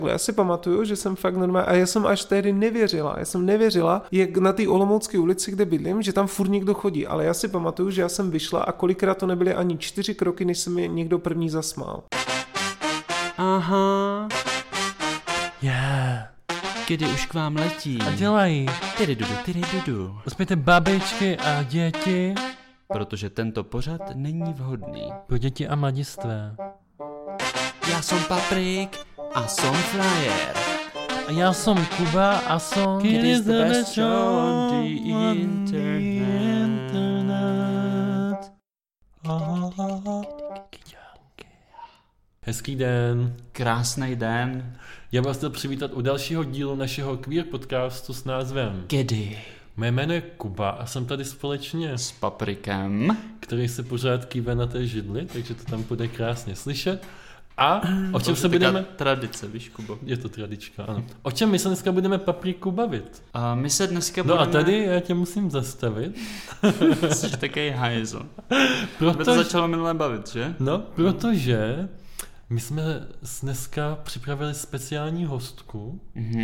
Já si pamatuju, že jsem fakt normálně, a já jsem až tehdy nevěřila, jak na té Olomoucké ulici, kde bydlím, že tam furt někdo chodí, ale já si pamatuju, že já jsem vyšla a kolikrát to nebyly ani 4 kroky, než se mi někdo první zasmál. Aha. Yeah. Kdy už k vám letí. A dělají. Tyrydudu. Uspějte babičky a děti. Protože tento pořad není vhodný. Pro děti a mladistvé. Já jsem Paprik a jsem Flyer. A já jsem Kuba a jsem... It is the best show on the internet. Hezký den. Krásný den. Já vás chtěl přivítat u dalšího dílu našeho queer podcastu s názvem Kdy? Mé jméno je Kuba a jsem tady společně S Paprikem. který se pořád kýve na té židli, takže to tam bude krásně slyšet. A o čem se budeme... Tradice, víš, Kubo. Je to tradička, ano. O čem my se dneska budeme, Papriku, bavit? A my se dneska No budeme... a tady já tě musím zastavit. Jsi takový hajzl. Protože... By to začalo minule bavit, že? No, protože my jsme dneska připravili speciální hostku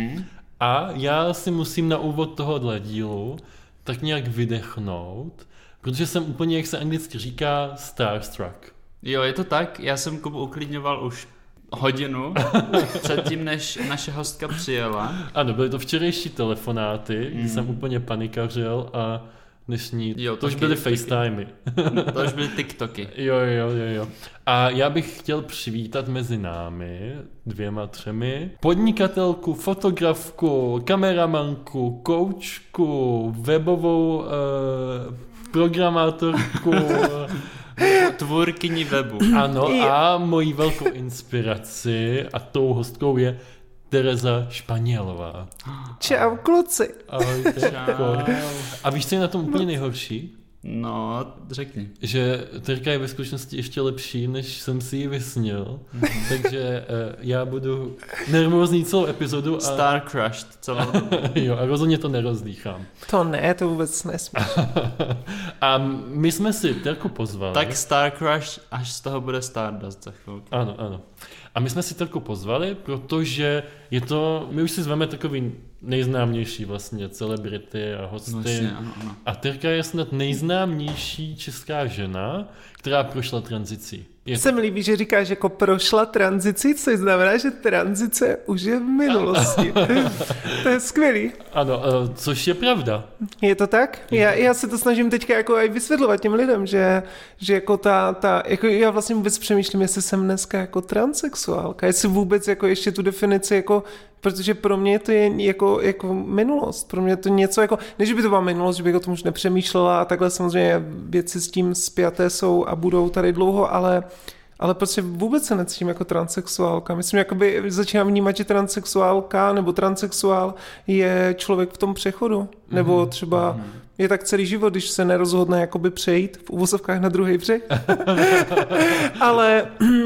a já si musím na úvod tohohle dílu tak nějak vydechnout, protože jsem úplně, jak se anglicky říká, starstruck. Jo, je to tak. Já jsem Kubu uklidňoval už hodinu předtím, než naše hostka přijela. Ano, byly to včerejší telefonáty, kdy jsem úplně panikařil a dnešní, Jo, to už taky, byly taky. FaceTimey. To už byly TikToky. Jo. A já bych chtěl přivítat mezi námi 2, 3 podnikatelku, fotografku, kameramanku, koučku, webovou programátorku, Tvůrkyni webu. ano, a mojí velkou inspiraci a tou hostkou je Tereza Španělová. Čau, kluci. Ahoj, Terko. A víš, co je na tom úplně nejhorší? No, řekni. Že Terka je ve skutečnosti ještě lepší, než jsem si ji vysnil. Takže já budu nervózní celou epizodu a... Star crushed celou dobu. Jo, a rozhodně to nerozdýchám. To ne, to vůbec nesmíš. A my jsme si Terku pozvali. Tak Star crush, až z toho bude Stardust za chvilku. Ano. A my jsme si Terku pozvali, protože je to, my už si zveme takový nejznámější vlastně celebrity a hosty. No, jasně, ano. A Terka je snad nejznámější česká žena, která prošla tranzicí. Se mi líbí, že říkáš, jako prošla tranzici, což znamená, že tranzice už je v minulosti. To je skvělý. Ano, což je pravda. Je to tak? Já se to snažím teďka jako aj vysvětlovat těm lidem, že jako jako já vlastně vůbec přemýšlím, jestli jsem dneska jako transsexuálka, jestli vůbec jako ještě tu definici jako, protože pro mě to je jako minulost, pro mě to něco jako, než by to byla minulost, že bych o tom už nepřemýšlela a takhle samozřejmě věci s tím spjaté jsou a budou tady dlouho, ale prostě vůbec se necítím jako transsexuálka. Myslím, jakoby začínám vnímat, že transsexuálka nebo transsexuál je člověk v tom přechodu. Nebo třeba je tak celý život, když se nerozhodne jakoby přejít v uvozovkách na druhý břeh. Ale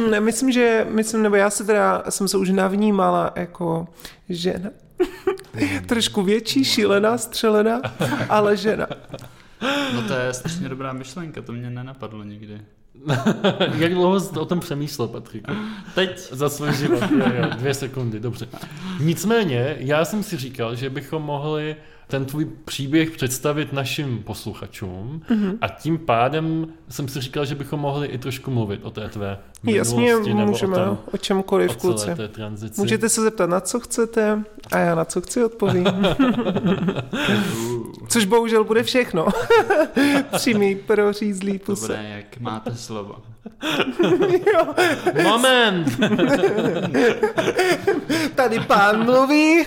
nebo já jsem se už navnímala jako žena. Trošku větší, šílená, střelená, ale žena. No to je strašně dobrá myšlenka, to mě nenapadlo nikdy. Jak dlouho jsi o tom přemýšlel, Patriku? Teď. Za svůj život, jo, 2 sekundy, dobře. Nicméně, já jsem si říkal, že bychom mohli ten tvůj příběh představit našim posluchačům a tím pádem jsem si říkal, že bychom mohli i trošku mluvit o té tvé minulosti. Jasně, nebo můžeme o čemkoliv, kluci. té tranzici. Můžete se zeptat, na co chcete a já na co chci odpovím. Což bohužel bude všechno. Přímý prořízlý puse. To bude, jak máte slovo. Jo. Moment! Tady pán mluví.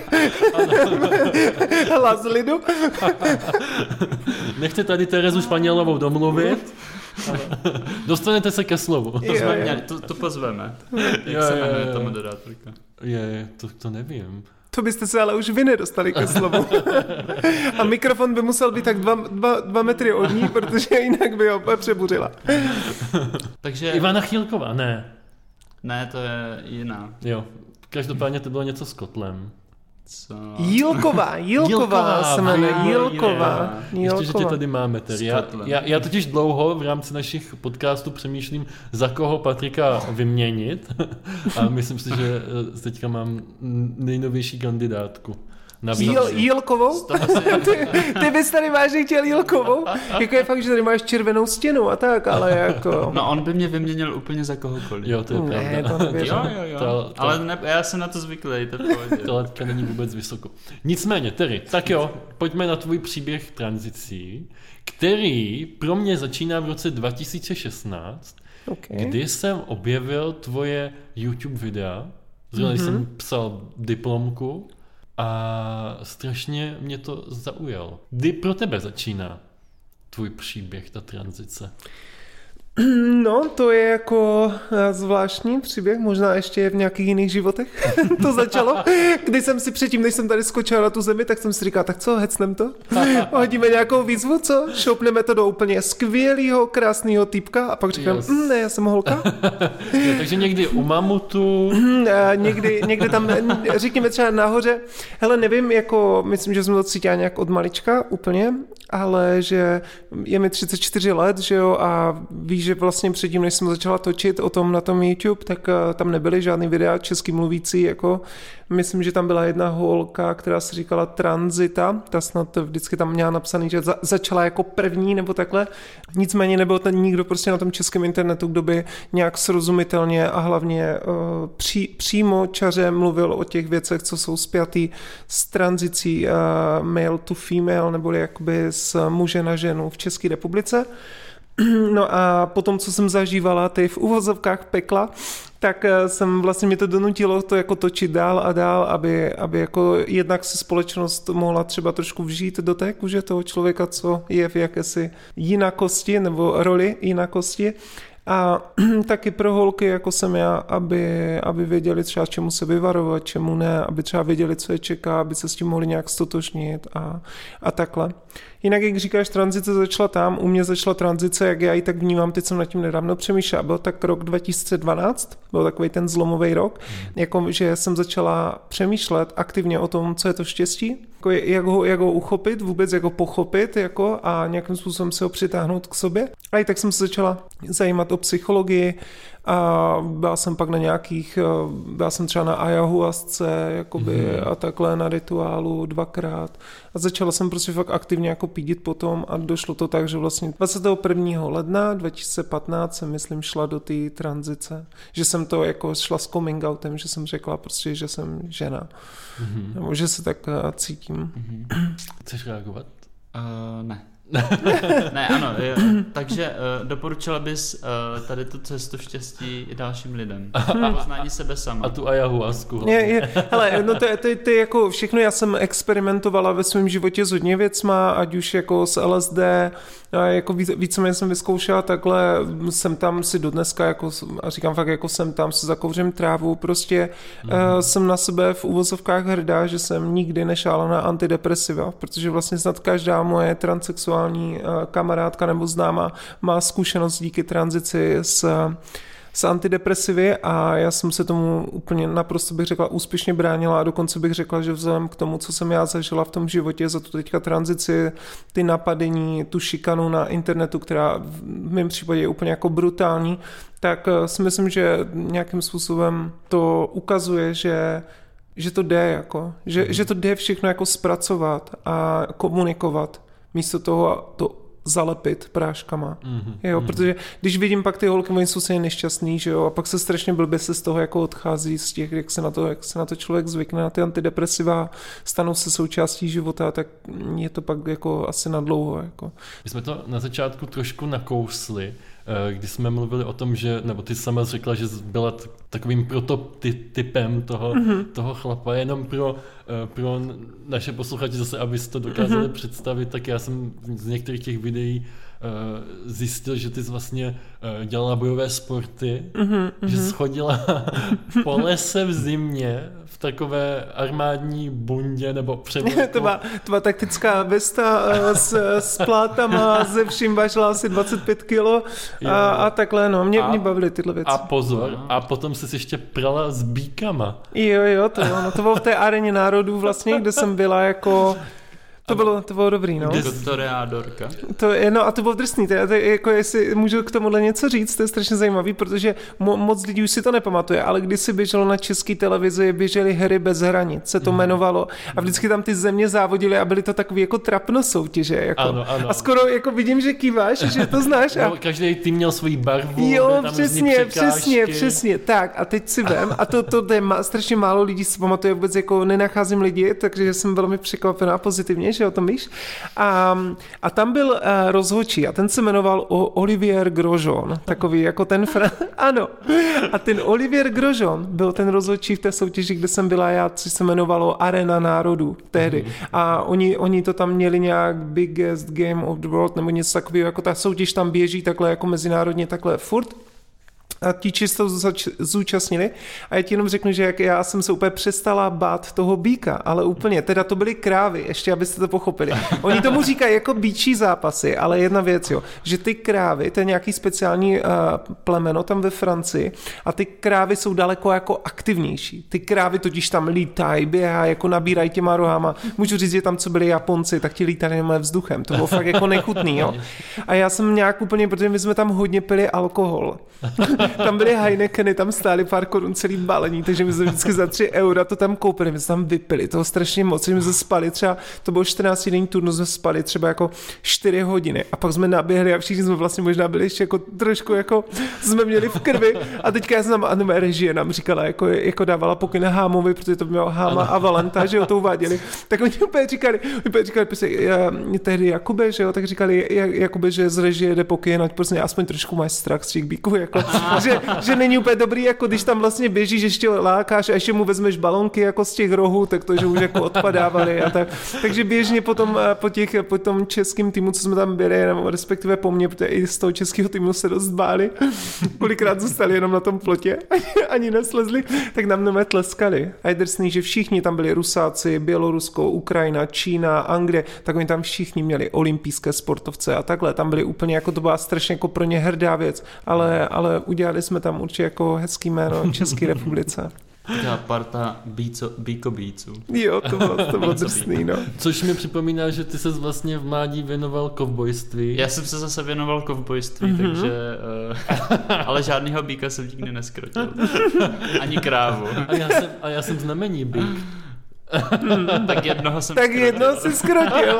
Hlas lidu. Nechte tady Terezu Španělovou domluvit. Dostanete se ke slovu. To pozveme. Jak se jmenuje ta moderátorka? To nevím. To byste se ale už vy nedostali ke slovu. A mikrofon by musel být tak 2 metry od ní, protože jinak by ho přebuřila. Takže... Ivana Chýlková, ne. Ne, to je jiná. Jo, každopádně to bylo něco s kotlem. Co? Jílková se jmenuje, Jílková. Ještě, že tě tady máme, Terry. Já totiž dlouho v rámci našich podcastů přemýšlím, za koho Patrika vyměnit a myslím si, že teďka mám nejnovější kandidátku. Jílkovou? Ty bys tady vážně chtěl Jílkovou? Jako je fakt, že tady máš červenou stěnu a tak, ale jako... No on by mě vyměnil úplně za kohokoliv. Jo, to je pravda. Ne, to nevěřím. Jo. Ale já jsem na to zvyklý, to pohodě. To laťka není vůbec vysoko. Nicméně, Terry, tak jo, pojďme na tvůj příběh tranzicí, který pro mě začíná v roce 2016, kdy jsem objevil tvoje YouTube videa, zrovna když jsem psal diplomku, a strašně mě to zaujalo. Kdy pro tebe začíná tvůj příběh, ta tranzice? No, to je jako zvláštní příběh, možná ještě v nějakých jiných životech to začalo. Když jsem si předtím, než jsem tady skočil na tu zemi, tak jsem si říkal, tak co, hecnem to? Hodíme nějakou výzvu, co? Šoupneme to do úplně skvělého, krásného týpka a pak říkám, ne, já jsem holka. Takže někdy u mamutu. někdy tam, řekněme třeba nahoře. Hele, nevím, jako, myslím, že jsem to cítila nějak od malička úplně, ale že je mi 34 let, že jo, a víš, že vlastně předtím, než jsem začala točit o tom na tom YouTube, tak tam nebyly žádný videa český mluvící, jako myslím, že tam byla jedna holka, která se říkala Tranzita, ta snad vždycky tam měla napsaný, že začala jako první nebo takhle, nicméně nebyl ten nikdo prostě na tom českém internetu, kdo by nějak srozumitelně a hlavně přímo čaře mluvil o těch věcech, co jsou spjatý s tranzicí male to female, neboli jakoby z muže na ženu v České republice. No a potom, co jsem zažívala ty v uvozovkách pekla, tak jsem vlastně mě to donutilo to jako točit dál a dál, aby jako jednak si společnost mohla třeba trošku vžít do té kůže toho člověka, co je v jakési jinakosti nebo roli jinakosti. A taky pro holky, jako jsem já, aby věděli třeba, čemu se vyvarovat, čemu ne, aby třeba věděli, co je čeká, aby se s tím mohli nějak stotožnit a takhle. Jinak, jak říkáš, tranzice začala tam, u mě začala tranzice, jak já ji tak vnímám, teď jsem nad tím nedávno přemýšlel, byl tak rok 2012, byl takový ten zlomový rok, jako, že jsem začala přemýšlet aktivně o tom, co je to štěstí, jako jak ho uchopit, vůbec jak ho pochopit jako, a nějakým způsobem se ho přitáhnout k sobě. A i tak jsem se začala zajímat o psychologii a byl jsem pak na nějakých, byl jsem třeba na ayahuasce jakoby, a takhle na rituálu 2krát a začala jsem prostě fakt aktivně jako pídit potom a došlo to tak, že vlastně 21. ledna 2015 jsem myslím šla do té tranzice, že jsem to jako šla s coming outem, že jsem řekla prostě, že jsem žena, nebo že se tak cítím. Chceš reagovat? Ne. Ne, ano, takže doporučila bys tady tu cestu štěstí i dalším lidem. Poznání sebe sama. A tu ayahuasku. Hele, no to je jako všechno, já jsem experimentovala ve svém životě s hodně věcma, ať už jako s LSD, jako víceméně jsem vyzkoušela takhle, jsem tam si dodneska, jako, a říkám fakt, jako jsem tam, si zakouřím trávu, prostě jsem na sebe v uvozovkách hrdá, že jsem nikdy nešála na antidepresiva, protože vlastně snad každá moje transsexuální kamarádka nebo známá má zkušenost díky tranzici s antidepresivy a já jsem se tomu úplně naprosto bych řekla úspěšně bránila a dokonce bych řekla, že vzhledem k tomu, co jsem já zažila v tom životě za tu teďka tranzici, ty napadení, tu šikanu na internetu, která v mém případě je úplně jako brutální, tak si myslím, že nějakým způsobem to ukazuje, že to jde jako, že to jde všechno jako zpracovat a komunikovat místo toho to zalepit práškama. Jo, protože když vidím pak ty holky, oni jsou se nešťastný, že jo, a pak se strašně blbě se z toho jako odchází z těch, jak se na to člověk zvykne, na ty antidepresiva, stanou se součástí života, tak je to pak jako asi nadlouho. Jako. My jsme to na začátku trošku nakousli, když jsme mluvili o tom, že, nebo ty sama řekla, že byla takovým prototypem toho chlapa, jenom pro naše posluchače zase, aby si to dokázali představit, tak já jsem z některých těch videí zjistil, že ty jsi vlastně dělala bojové sporty, že jsi chodila po lese v zimě v takové armádní bundě nebo převlku. To byla taktická vesta s plátama, ze vším vážila asi 25 kilo a takhle, no, mě bavily tyhle věci. A pozor, a potom jsi ještě prala s bíkama. Jo, to bylo v té aréně národů vlastně, kde jsem byla jako... To bylo dobrý, no. Toreadorka. A to bylo drsný. Jako jestli můžu k tomuhle něco říct, to je strašně zajímavý, protože moc lidí už si to nepamatuje, ale když si běželo na české televizi, běžely Hry bez hranic, se to jmenovalo. A vždycky tam ty země závodily a byly to takový jako trapno soutěže. Jako. Ano. A skoro jako vidím, že kýváš, že to znáš. A... Každý tým měl svoji barvu. Jo, přesně. Tak a teď si vem, a to strašně málo lidí si pamatuje, vůbec jako nenacházím lidi, takže jsem velmi překvapená pozitivně, že o tom víš. A tam byl rozhodčí a ten se jmenoval Olivier Grosjean, takový jako ten ano. A ten Olivier Grosjean byl ten rozhodčí v té soutěži, kde jsem byla já, což se jmenovalo Arena národů tehdy. A oni to tam měli nějak Biggest Game of the World nebo něco takového, jako ta soutěž tam běží takhle jako mezinárodně takhle furt. A ti čisto zúčastnili a já ti jenom řeknu, že jak já jsem se úplně přestala bát toho býka, ale úplně, teda to byly krávy, ještě abyste to pochopili. Oni tomu říkají jako býčí zápasy, ale jedna věc, jo, že ty krávy, to je nějaký speciální plemeno tam ve Francii a ty krávy jsou daleko jako aktivnější. Ty krávy totiž tam lítají, běhají, jako nabírají těma rohama. Můžu říct, že tam, co byli Japonci, tak ti lítali jenom vzduchem. To bylo fakt jako nechutný, jo. A já jsem nějak úplně, protože my jsme tam hodně pili alkohol. Tam byly Heinekeny, tam stály pár korun celý balení, takže my jsme vždycky za 3 eura to tam koupili, my jsme tam vypili toho strašně moc, že my jsme spali třeba, to bylo 14denní turnus, jsme spali třeba jako 4 hodiny a pak jsme naběhli a všichni jsme vlastně možná byli ještě jako trošku jako jsme měli v krvi a teďka já jsem tam, režie nám říkala, jako dávala pokyn Hámovi, protože to mělo Háma a Valenta, že jo, to uváděli, tak oni úplně říkali tehdy Jakube, že jo, tak říkali Jakube, že z režie jde pokyn, ať prostě aspoň trošku máš strach z těch bíků, jako že není úplně dobrý, jako když tam vlastně běžíš, ještě lákáš a ještě mu vezmeš balonky jako z těch rohů, tak to, že už jako odpadávaly a tak. Takže běžně potom po tom českým týmu, co jsme tam byli, nebo respektive po mně, protože i z toho českého týmu se dost báli, kolikrát zůstali jenom na tom plotě, ani neslezli, tak nám nové tleskali. A je drsný, že všichni tam byli Rusáci, Bělorusko, Ukrajina, Čína, Anglie, tak oni tam všichni měli olympijské sportovce a takhle. Tam byli úplně, jako to byla strašně jako pro ně hrdá věc, ale udělali jsme tam určitě jako hezký jméno České republice. Ta parta bíkobíců. Jo, to bylo drsný, no. Což mi připomíná, že ty ses vlastně v mládí věnoval kovbojství. Já jsem se zase věnoval kovbojství, takže... ale žádnýho bíka jsem nikdy neskrotil. Ani krávu. A já jsem znamení bík. Tak jednoho jsem si skrotil.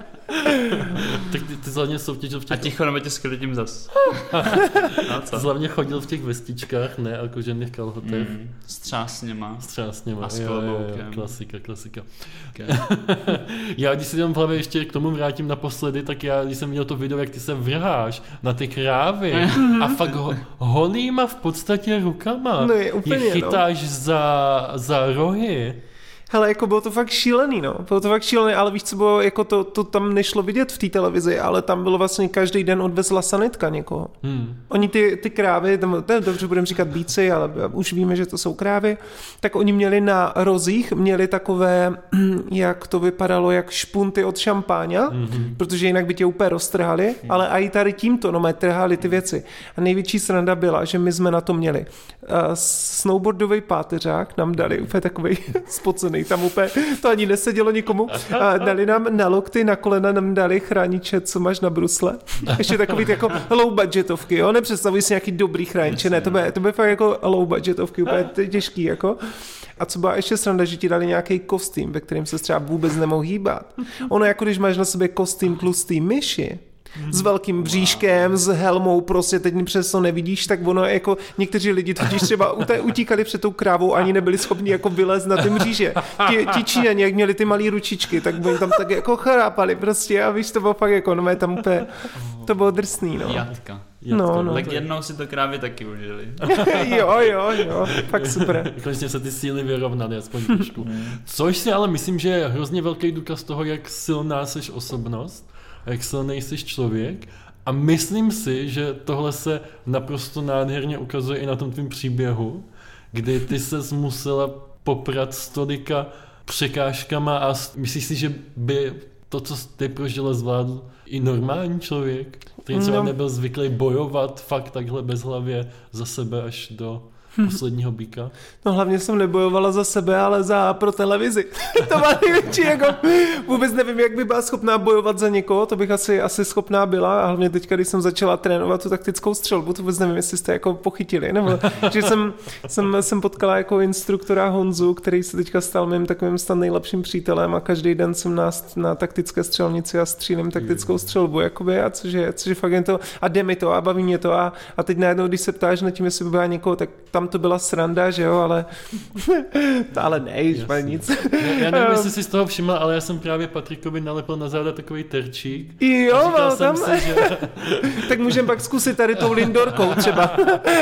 Tak ty hlavně soutěžil v těch... A ticho, nebo tě skrotím zas. No, ty hlavně chodil v těch vestičkách, ne, a kožených kalhotech. S třásněma. A s kloboukem. Klasika. Okay. Já, když si tam v hlavě ještě k tomu vrátím naposledy, tak já, když jsem viděl to video, jak ty se vrháš na ty krávy a fakt holýma v podstatě rukama je chytáš za rohy. Hele, jako bylo to fakt šílený, ale víš, co bylo, jako to tam nešlo vidět v té televizi, ale tam bylo vlastně každý den odvezla sanitka někoho. Oni ty krávy, dobře budeme říkat bíci, ale už víme, že to jsou krávy, tak oni měli na rozích, měli takové, jak to vypadalo, jak špunty od šampáňa, protože jinak by tě úplně roztrhali, ale i tady tímto, trhali ty věci. A největší sranda byla, že my jsme na to měli snowboardový páteřák, nám dali úplně takovej spocený, tam úplně, to ani nesedělo nikomu. A dali nám na lokty, na kolena nám dali chrániče, co máš na brusle. Ještě takový jako low budgetovky, jo? Nepředstavuji si nějaký dobrý chrániče, ne, to by fakt jako low budgetovky, úplně těžký, jako. A co byla ještě sranda, že ti dali nějaký kostým, ve kterým se třeba vůbec nemohl hýbat. Ono jako když máš na sobě kostým tlustý myši, s velkým bříškem, s helmou, prostě teď přes to nevidíš, tak ono jako někteří lidi totiž třeba utíkali před tou krávou, ani nebyli schopni jako vylézt na ty mříže. Ti Číňani, jak měli ty malý ručičky, tak oni tam tak jako chrápali prostě a víš, to bylo fakt jako, tam úplně, to bylo drsný, no. Jatka. No. Tak jednou si to krávy taky užili. jo, fakt super. Konečně se ty síly vyrovnaly, aspoň trošku. Což si ale myslím, že je hrozně velký důkaz toho, jak silná seš osobnost, jak silnej jsi člověk A myslím si, že tohle se naprosto nádherně ukazuje i na tom tvým příběhu, kdy ty ses musela poprat s tolika překážkama a myslíš si, že by to, co ty prožila, zvládl i normální člověk, který třeba nebyl zvyklý bojovat fakt takhle bezhlavě za sebe až do posledního býka? No hlavně jsem nebojovala za sebe, ale pro televizi. To má největší, jako vůbec nevím, jak by byla schopná bojovat za někoho, to bych asi schopná byla, a hlavně teďka, když jsem začala trénovat tu taktickou střelbu, to vůbec nevím, jestli jste jako pochytili, nebo že jsem potkala jako instruktora Honzu, který se teďka stal mým takovým nejlepším přítelem a každý den jsem na taktické střelnici a střílím taktickou střelbu, jakoby, a což je fakt jen to, a jde mi to a baví mě to a teď najednou, když se ptáš nad tím, jestli by byla někoho, tak tam to byla sranda, že jo, ale ne, nic. Já nevím, jestli jsi z toho všiml, ale já jsem právě Patrikovi nalepil na záda takový terčík. Jo, tam. Tak můžeme pak zkusit tady tou Lindorkou třeba.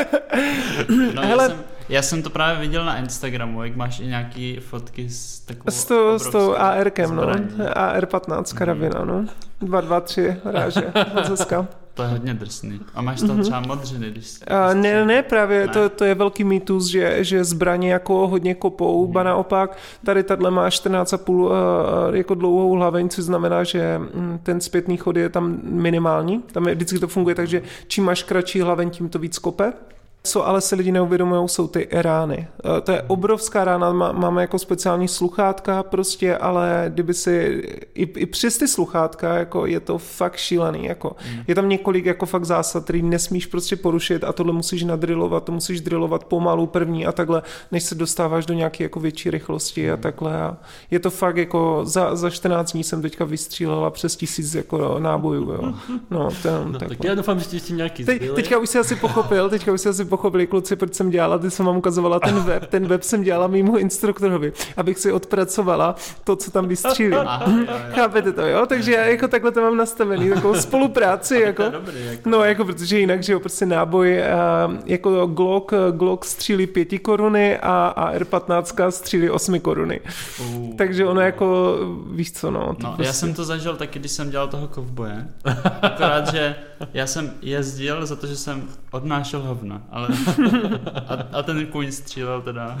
No, hele, já jsem to právě viděl na Instagramu, jak máš i nějaký fotky s takovou s tou AR-kem, no. AR-15 karabina, no. 223 ráže, hezka. To je hodně drsný. A máš tam třeba modřiny, když Ne, právě to je velký mýtus, že zbraně jako hodně kopou, ba naopak, tady tahle má 14,5 jako dlouhou hlaveň, což znamená, že ten zpětný chod je tam minimální. Tam vždycky to funguje tak, že čím máš kratší hlaveň, tím to víc kope. Co ale se lidi neuvědomují, jsou ty rány. To je obrovská rána, máme jako speciální sluchátka prostě, ale kdyby si i přes ty sluchátka, jako je to fakt šílený, jako. Je tam několik jako fakt zásad, který nesmíš prostě porušit a tohle musíš nadrilovat, to musíš drilovat pomalu první a takhle, než se dostáváš do nějaké jako větší rychlosti a takhle. A je to fakt jako za 14 dní jsem teďka vystřílela přes 1000 jako nábojů, jo. No, tak já doufám, že ještě nějaký zbylej. Teďka už si asi pochopili kluci, proč jsem dělala, ty jsem vám ukazovala ten web jsem dělala mýmu instruktorovi, abych si odpracovala to, co tam vystřílím. Chápete to, jo? Takže já jako takhle to mám nastavený, takovou spolupráci, jako. No, jako protože jinak, že jo, prostě náboj, jako Glock střílí 5 koruny a R15 střílí 8 koruny. Takže ono jako, víš co, no. Prostě... Já jsem to zažil taky, když jsem dělal toho kovboje. Akorát, že já jsem jezdil za to, že jsem odnášel hovna, ale a ten kůň střílel teda.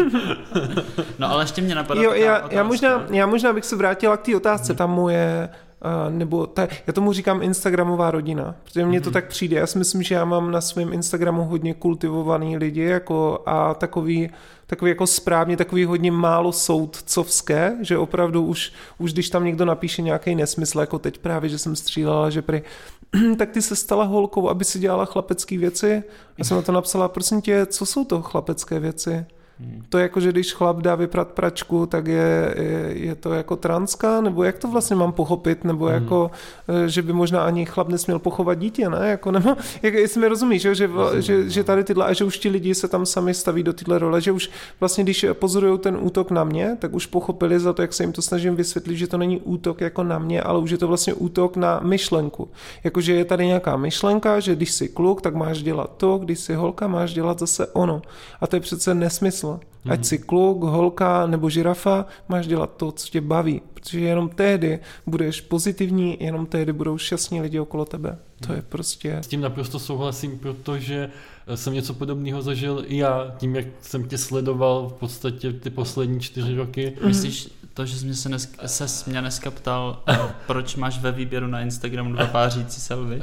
No ale ještě mě napadá já možná bych se vrátila k té otázce, tam moje já tomu říkám Instagramová rodina, protože mně to tak přijde. Já si myslím, že já mám na svém Instagramu hodně kultivovaný lidi jako a takový jako správně, takový hodně málo soudcovské, že opravdu už když tam někdo napíše nějaký nesmysl, jako teď právě, že jsem střílela, že tak ty se stala holkou, aby si dělala chlapecké věci. Já jsem na to napsala, prosím tě, co jsou to chlapecké věci? To je jako, že když chlap dá vyprat pračku, tak je to jako transka, nebo jak to vlastně mám pochopit, nebo jako, že by možná ani chlap nesměl pochovat dítě, ne? Jako, nebo, jestli mi rozumíš, že tady tyhle, a že už ti lidi se tam sami staví do tyhle role, že už vlastně, když pozorujou ten útok na mě, tak už pochopili za to, jak se jim to snažím vysvětlit, že to není útok jako na mě, ale už je to vlastně útok na myšlenku. Jakože je tady nějaká myšlenka, že když jsi kluk, tak máš dělat to, když jsi holka, máš dělat zase ono. A to je přece nesmysl. Ať si kluk, holka nebo žirafa, máš dělat to, co tě baví, protože jenom tehdy budeš pozitivní, jenom tehdy budou šťastní lidi okolo tebe. To je prostě... S tím naprosto souhlasím, protože jsem něco podobného zažil i já, tím, jak jsem tě sledoval v podstatě ty poslední 4 roky. Myslíš to, že jsi mě dneska ptal, proč máš ve výběru na Instagramu 2 pářící selfie?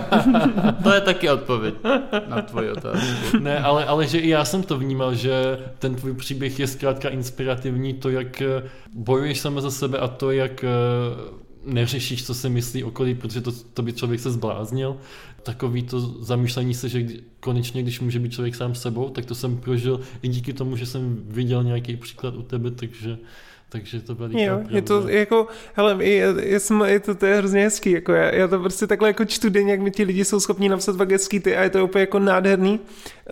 To je taky odpověď na tvoji otázku. Ne, ale že i já jsem to vnímal, že ten tvůj příběh je zkrátka inspirativní, to, jak bojuješ sama za sebe a to, jak neřešíš, co se myslí okolí, protože to by člověk se zbláznil. Takový to zamýšlení se, že konečně, když může být člověk sám sebou, tak to jsem prožil i díky tomu, že jsem viděl nějaký příklad u tebe, takže to byla jo, je to jako, hele, to je hrozně hezký, jako já to prostě takhle jako čtu denně, jak mi ti lidi jsou schopni napsat fakt hezký ty a je to úplně jako nádherný.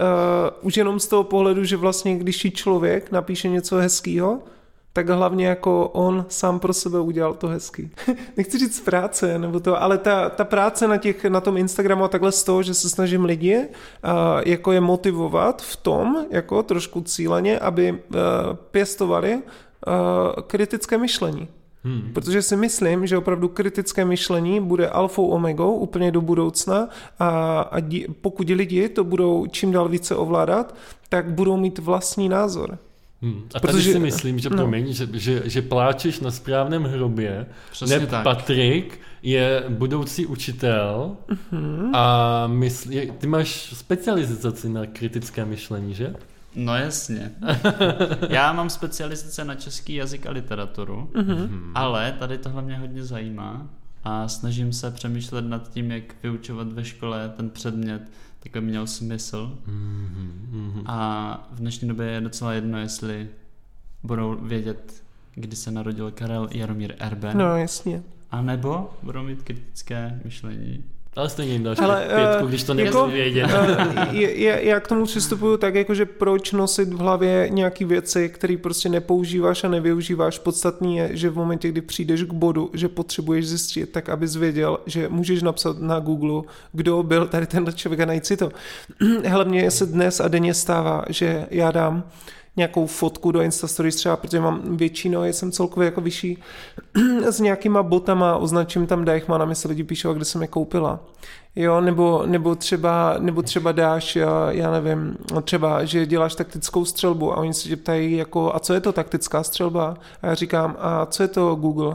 Už jenom z toho pohledu, že vlastně, když ti člověk napíše něco hezkýho, tak hlavně jako on sám pro sebe udělal to hezký. Nechci říct práce, nebo to, ale ta práce na tom Instagramu a takhle z toho, že se snažím lidi jako je motivovat v tom, jako trošku cíleně, aby pěstovali kritické myšlení. Protože si myslím, že opravdu kritické myšlení bude alfou omegou úplně do budoucna a pokud lidi to budou čím dál více ovládat, tak budou mít vlastní názor. A tady si myslím, že že pláčeš na správném hrobě. Přesně tak. Patrik je budoucí učitel a ty máš specializaci na kritické myšlení, že? No jasně. Já mám specializace na český jazyk a literaturu, ale tady tohle mě hodně zajímá a snažím se přemýšlet nad tím, jak vyučovat ve škole ten předmět, takový měl smysl. A v dnešní době je docela jedno, jestli budou vědět, kdy se narodil Karel Jaromír Erben. No jasně. A nebo budou mít kritické myšlení. Ale stejně jim dáš 5, když to nebudou vědět. Já k tomu přistupuju tak, jakože proč nosit v hlavě nějaký věci, které prostě nepoužíváš a nevyužíváš. Podstatný je, že v momentě, kdy přijdeš k bodu, že potřebuješ zjistit, tak abys věděl, že můžeš napsat na Google, kdo byl tady tenhle člověk a najít si to. Hlavně se dnes a denně stává, že já dám nějakou fotku do Instastories třeba, protože mám větší nohy, jsem celkově jako vyšší, s nějakýma botama, označím tam Deichmann a mi se lidi píšou, kde jsem je koupila. Jo, nebo třeba dáš, já nevím, třeba, že děláš taktickou střelbu a oni se tě ptají, jako, a co je to taktická střelba? A já říkám, a co je to Google?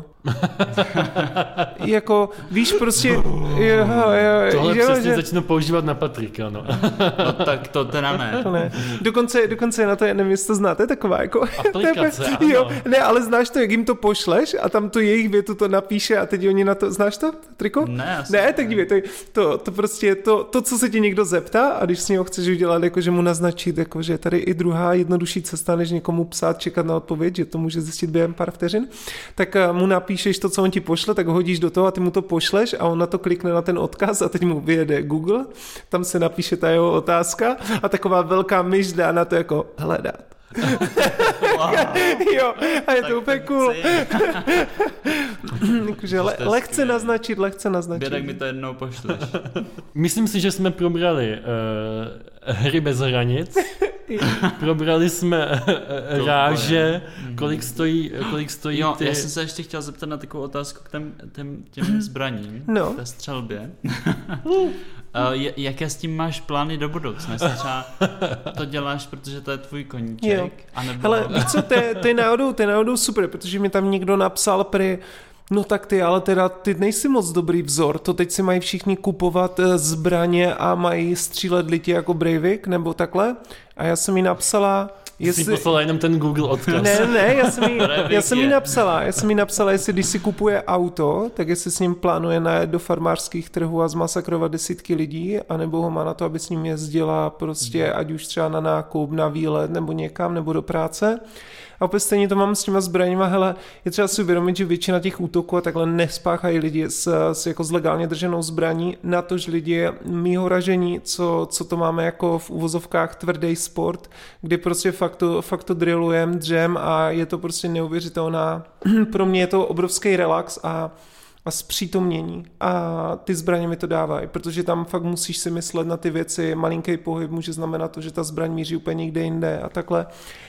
Jako, víš, prostě... Tohle přesně začnu používat na Patrika, no. No tak to teda ne. Dokonce na to, nevím, jestli to znáte, taková jako... Aplikace, ano. Jo, ne, ale znáš to, jak jim to pošleš a tam tu jejich větu to napíše a teď oni na to... Znáš to, Patriku? Ne, tak dívej, to prostě to, co se ti někdo zeptá a když s něho chceš udělat, jako, že mu naznačit, jako, že tady i druhá jednodušší cesta, než někomu psát, čekat na odpověď, že to může zjistit během pár vteřin, tak mu napíšeš to, co on ti pošle, tak hodíš do toho a ty mu to pošleš a on na to klikne na ten odkaz a teď mu vyjede Google, tam se napíše ta jeho otázka a taková velká myš dá na to jako hledat. Wow. Jo, a je to úplně cool. Jakože lehce naznačit. Bědek mi to jednou pošleš. Myslím si, že jsme probrali hry bez hranic. Probrali jsme ráže, kolik stojí jo, ty... Já jsem se ještě chtěl zeptat na takovou otázku k těm zbraním, té střelbě. Jaké s tím máš plány do budoucna? Jestli třeba to děláš, protože to je tvůj koníček? Anebo... Hele, víš co, to je náhodou super, protože mi tam někdo napsal no tak ale ty nejsi moc dobrý vzor, to teď si mají všichni kupovat zbraně a mají střílet lidi jako Breivik, nebo takhle. A já jsem jí napsala... Jsi poslala jenom ten Google odkaz. Ne, já jsem jí napsala, jestli když si kupuje auto, tak jestli s ním plánuje najet do farmářských trhů a zmasakrovat desítky lidí, anebo ho má na to, aby s ním jezdila prostě, ať už třeba na nákup, na výlet, nebo někam, nebo do práce. A opět stejně to mám s těma zbraněma, hele, je třeba si uvědomit, že většina těch útoků a takhle nespáchají lidi s legálně drženou zbraní, natož lidi mýho ražení, co to máme jako v uvozovkách tvrdý sport, kdy prostě fakt to drillujeme, dřem a je to prostě neuvěřitelná, pro mě je to obrovský relax a zpřítomnění a ty zbraně mi to dávají, protože tam fakt musíš si myslet na ty věci, malinký pohyb může znamenat to, že ta zbraň míří úplně někde jinde a takhle.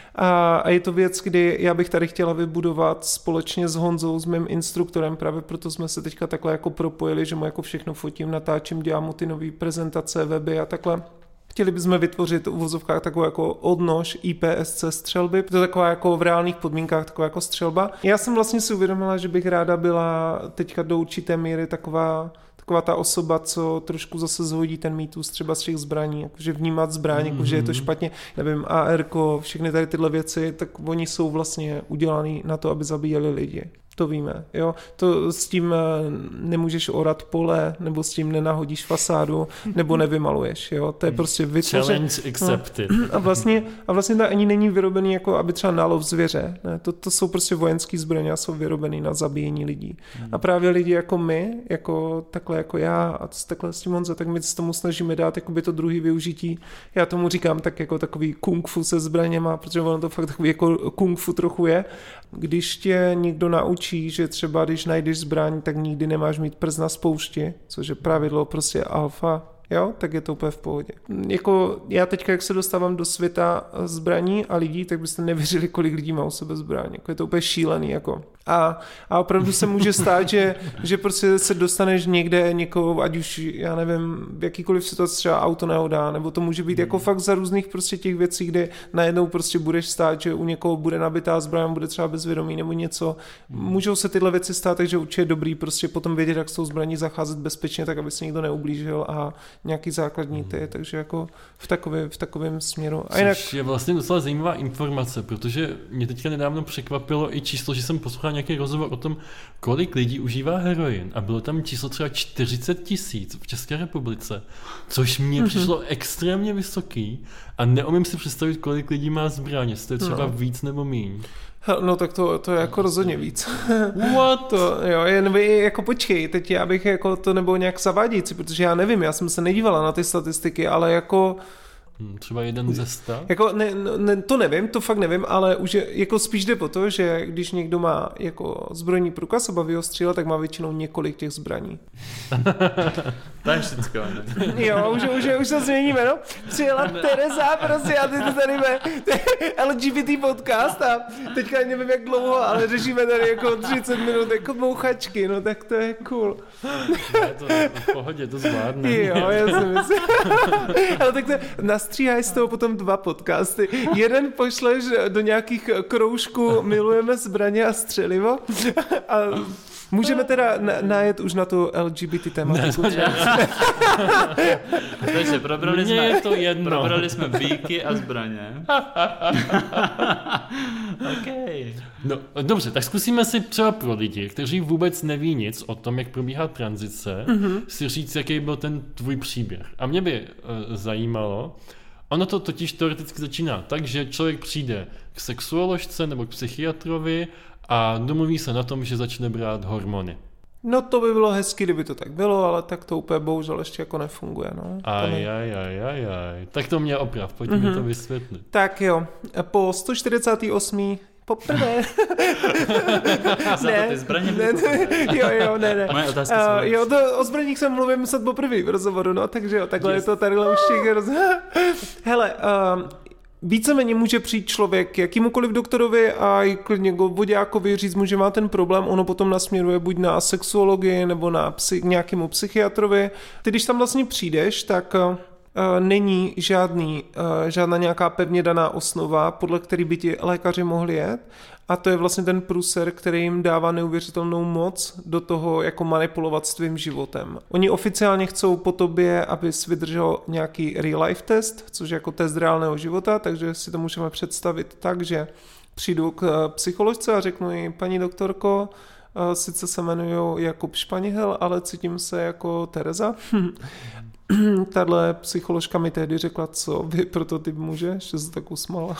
A je to věc, kdy já bych tady chtěla vybudovat společně s Honzou, s mým instruktorem, právě proto jsme se teďka takhle jako propojili, že mu jako všechno fotím, natáčím, dělám mu ty nové prezentace, weby a takhle. Chtěli bychom vytvořit v uvozovkách takovou jako odnož IPSC střelby, to je taková jako v reálných podmínkách taková jako střelba. Já jsem vlastně si uvědomila, že bych ráda byla teďka do určité míry taková ta osoba, co trošku zase zhodí ten mýtus třeba z těch zbraní, jakože vnímat zbraň, jakože je to špatně, nevím, ARko, všechny tady tyhle věci, tak oni jsou vlastně udělaný na to, aby zabíjeli lidi. To víme, jo. To s tím nemůžeš orat pole, nebo s tím nenahodíš fasádu, nebo nevymaluješ, jo. To je prostě vytvořené. Challenge accepted. A vlastně to ani není vyrobený jako, aby třeba na lov zvěře. Ne, to jsou prostě vojenský zbraně a jsou vyrobený na zabíjení lidí. A právě lidi jako my, jako takhle jako já a takhle s tím Honza, tak my se tomu snažíme dát jakoby to druhý využití. Já tomu říkám tak jako takový kung fu se zbraněma, protože ono to fakt takový jako kung fu trochu je. Když tě někdo naučí, že třeba když najdeš zbraň, tak nikdy nemáš mít prst na spoušti, což je pravidlo prostě alfa, jo, tak je to úplně v pohodě. Jako já teďka, jak se dostávám do světa zbraní a lidí, tak byste nevěřili, kolik lidí má u sebe zbraň. Jako je to úplně šílený, jako. A opravdu se může stát, že prostě se dostaneš někde někoho, ať už, já nevím, v jakýkoliv situaci, třeba auto nehodá, nebo to může být jako fakt za různých prostě těch věcí, kde najednou prostě budeš stát, že u někoho bude nabitá zbraň, bude třeba bezvědomí nebo něco. Můžou se tyhle věci stát, takže určitě je dobrý prostě potom vědět, jak s tou zbraní zacházet bezpečně, tak aby se nikdo neublížil a nějaký základní takže jako v takovém směru. A jinak... Což je vlastně docela zajímavá informace, protože mě teďka nedávno překvapilo i číslo, že jsem poslouchal nějaký rozhovor o tom, kolik lidí užívá heroin a bylo tam číslo třeba 40 000 v České republice, což mně přišlo extrémně vysoký a neumím si představit, kolik lidí má zbraně, jestli to je třeba víc nebo míň. No tak to je jako rozhodně víc. What? To, jo, nebo jako počkej, teď já bych jako to nebylo nějak zavádějící, protože já nevím, já jsem se nedívala na ty statistiky, ale jako třeba 1 ze 100? Jako ne, to nevím, to fakt nevím, ale už je, jako spíš jde po to, že když někdo má jako zbrojní průkaz a baví ho střílet, tak má většinou několik těch zbraní. To je všecko. Jo, už to změníme, no. Přijela Tereza, prostě a ty to tady LGBT podcast a teďka nevím jak dlouho, ale řešíme tady jako 30 minut jako bouchačky, no tak to je cool. Ne, to v pohodě, to zvládne. Jo, já si myslím. Ale tak to nastříháš z toho potom 2 podcasty. Jeden pošleš do nějakých kroužků milujeme zbraně a střelivo a můžeme teda najet už na tu LGBT tématiku. Takže probrali jsme bíky a zbraně. Okay. No, dobře, tak zkusíme si třeba pro lidi, kteří vůbec neví nic o tom, jak probíhá tranzice, si říct, jaký byl ten tvůj příběh. A mě by zajímalo, ono to totiž teoreticky začíná tak, že člověk přijde k sexuoložce nebo k psychiatrovi a domluví se na tom, že začne brát hormony. No to by bylo hezky, kdyby to tak bylo, ale tak to úplně bohužel ještě jako nefunguje. No. Tak to mě oprav, pojď mi to vysvětlit. Tak jo, po 148. Poprvé. Ne, ty zbraně ne. Moje otázky jsou jo, o zbraních jsem mluvil myslet poprvé v rozhovoru, no, takže jo, takhle je to tadyhle už Hele, víceméně může přijít člověk k jakýmukoliv doktorovi a i klidně vodákovi říct mu, že má ten problém, ono potom nasměruje buď na sexuologii nebo na nějakému psychiatrovi. Ty, když tam vlastně přijdeš, tak není žádná nějaká pevně daná osnova, podle který by ti lékaři mohli jet. A to je vlastně ten průser, který jim dává neuvěřitelnou moc do toho, jako manipulovat s tvým životem. Oni oficiálně chcou po tobě, abys vydržel nějaký real life test, což je jako test reálného života, takže si to můžeme představit tak, že přijdu k psycholožce a řeknu jí, paní doktorko, sice se jmenuji Jakub Španěl, ale cítím se jako Tereza. Tahle psycholožka mi tehdy řekla, co vy prototyp můžeš, že se tak usmala.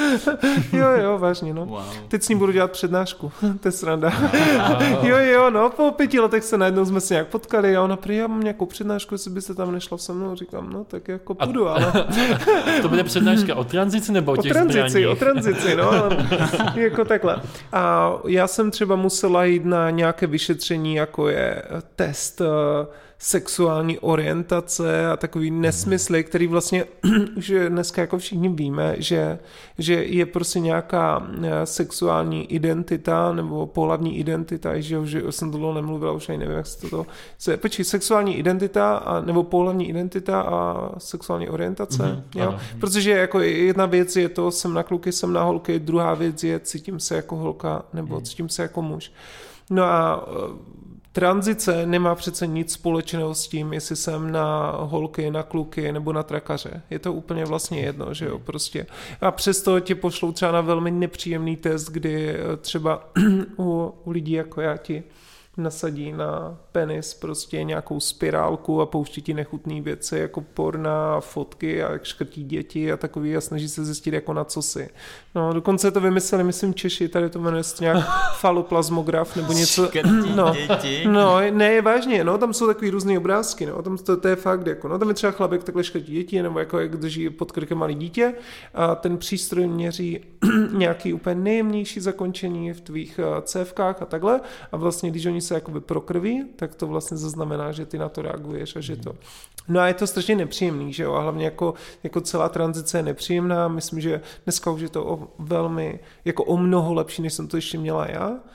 jo, vážně, no. Wow. Teď s ním budu dělat přednášku, to je sranda. Jo, no, po 5 letech se najednou jsme se nějak potkali a ona prý, já mám nějakou přednášku, jestli byste tam nešla se mnou, říkám, no, tak jako půjdu, ale... To bude přednáška o tranzici nebo o těch zbraních? O tranzici, no, jako takhle. A já jsem třeba musela jít na nějaké vyšetření, jako je test sexuální orientace a takový nesmysly, který vlastně už dneska jako všichni víme, že je prostě nějaká sexuální identita nebo pohlavní identita, že jsem to dlouho nemluvila, už ani nevím, jak se to... Počkej, sexuální identita nebo pohlavní identita a sexuální orientace, jo? Protože jako jedna věc je to, jsem na kluky, jsem na holky, druhá věc je, cítím se jako holka nebo cítím se jako muž. No a tranzice nemá přece nic společného s tím, jestli jsem na holky, na kluky nebo na trakaře. Je to úplně vlastně jedno, že jo, prostě. A přesto tě pošlou třeba na velmi nepříjemný test, kdy třeba u lidí jako já ti nasadí na penis prostě nějakou spirálku a pouští ti nechutný věci jako porna, fotky a jak škrtí děti a takový a snaží se zjistit jako na co si. No, dokonce to vymysleli, myslím Češi, tady to jmenuje nějak faloplazmograf nebo něco. No, ne, vážně, no, tam jsou takový různý obrázky, no, tam to je fakt jako, no, tam je třeba chlapek takhle škrtí děti nebo jako jak drží pod krkem malý dítě a ten přístroj měří nějaký úplně nejjemnější zakončení v tvých cévkách a takhle a vlastně, když oni se jakoby prokrví, tak to vlastně zaznamená, že ty na to reaguješ a že to. No a je to strašně nepříjemný, že jo, a hlavně jako celá tranzice je nepříjemná, myslím, že dneska už je to velmi, jako o mnoho lepší, než jsem to ještě měla já.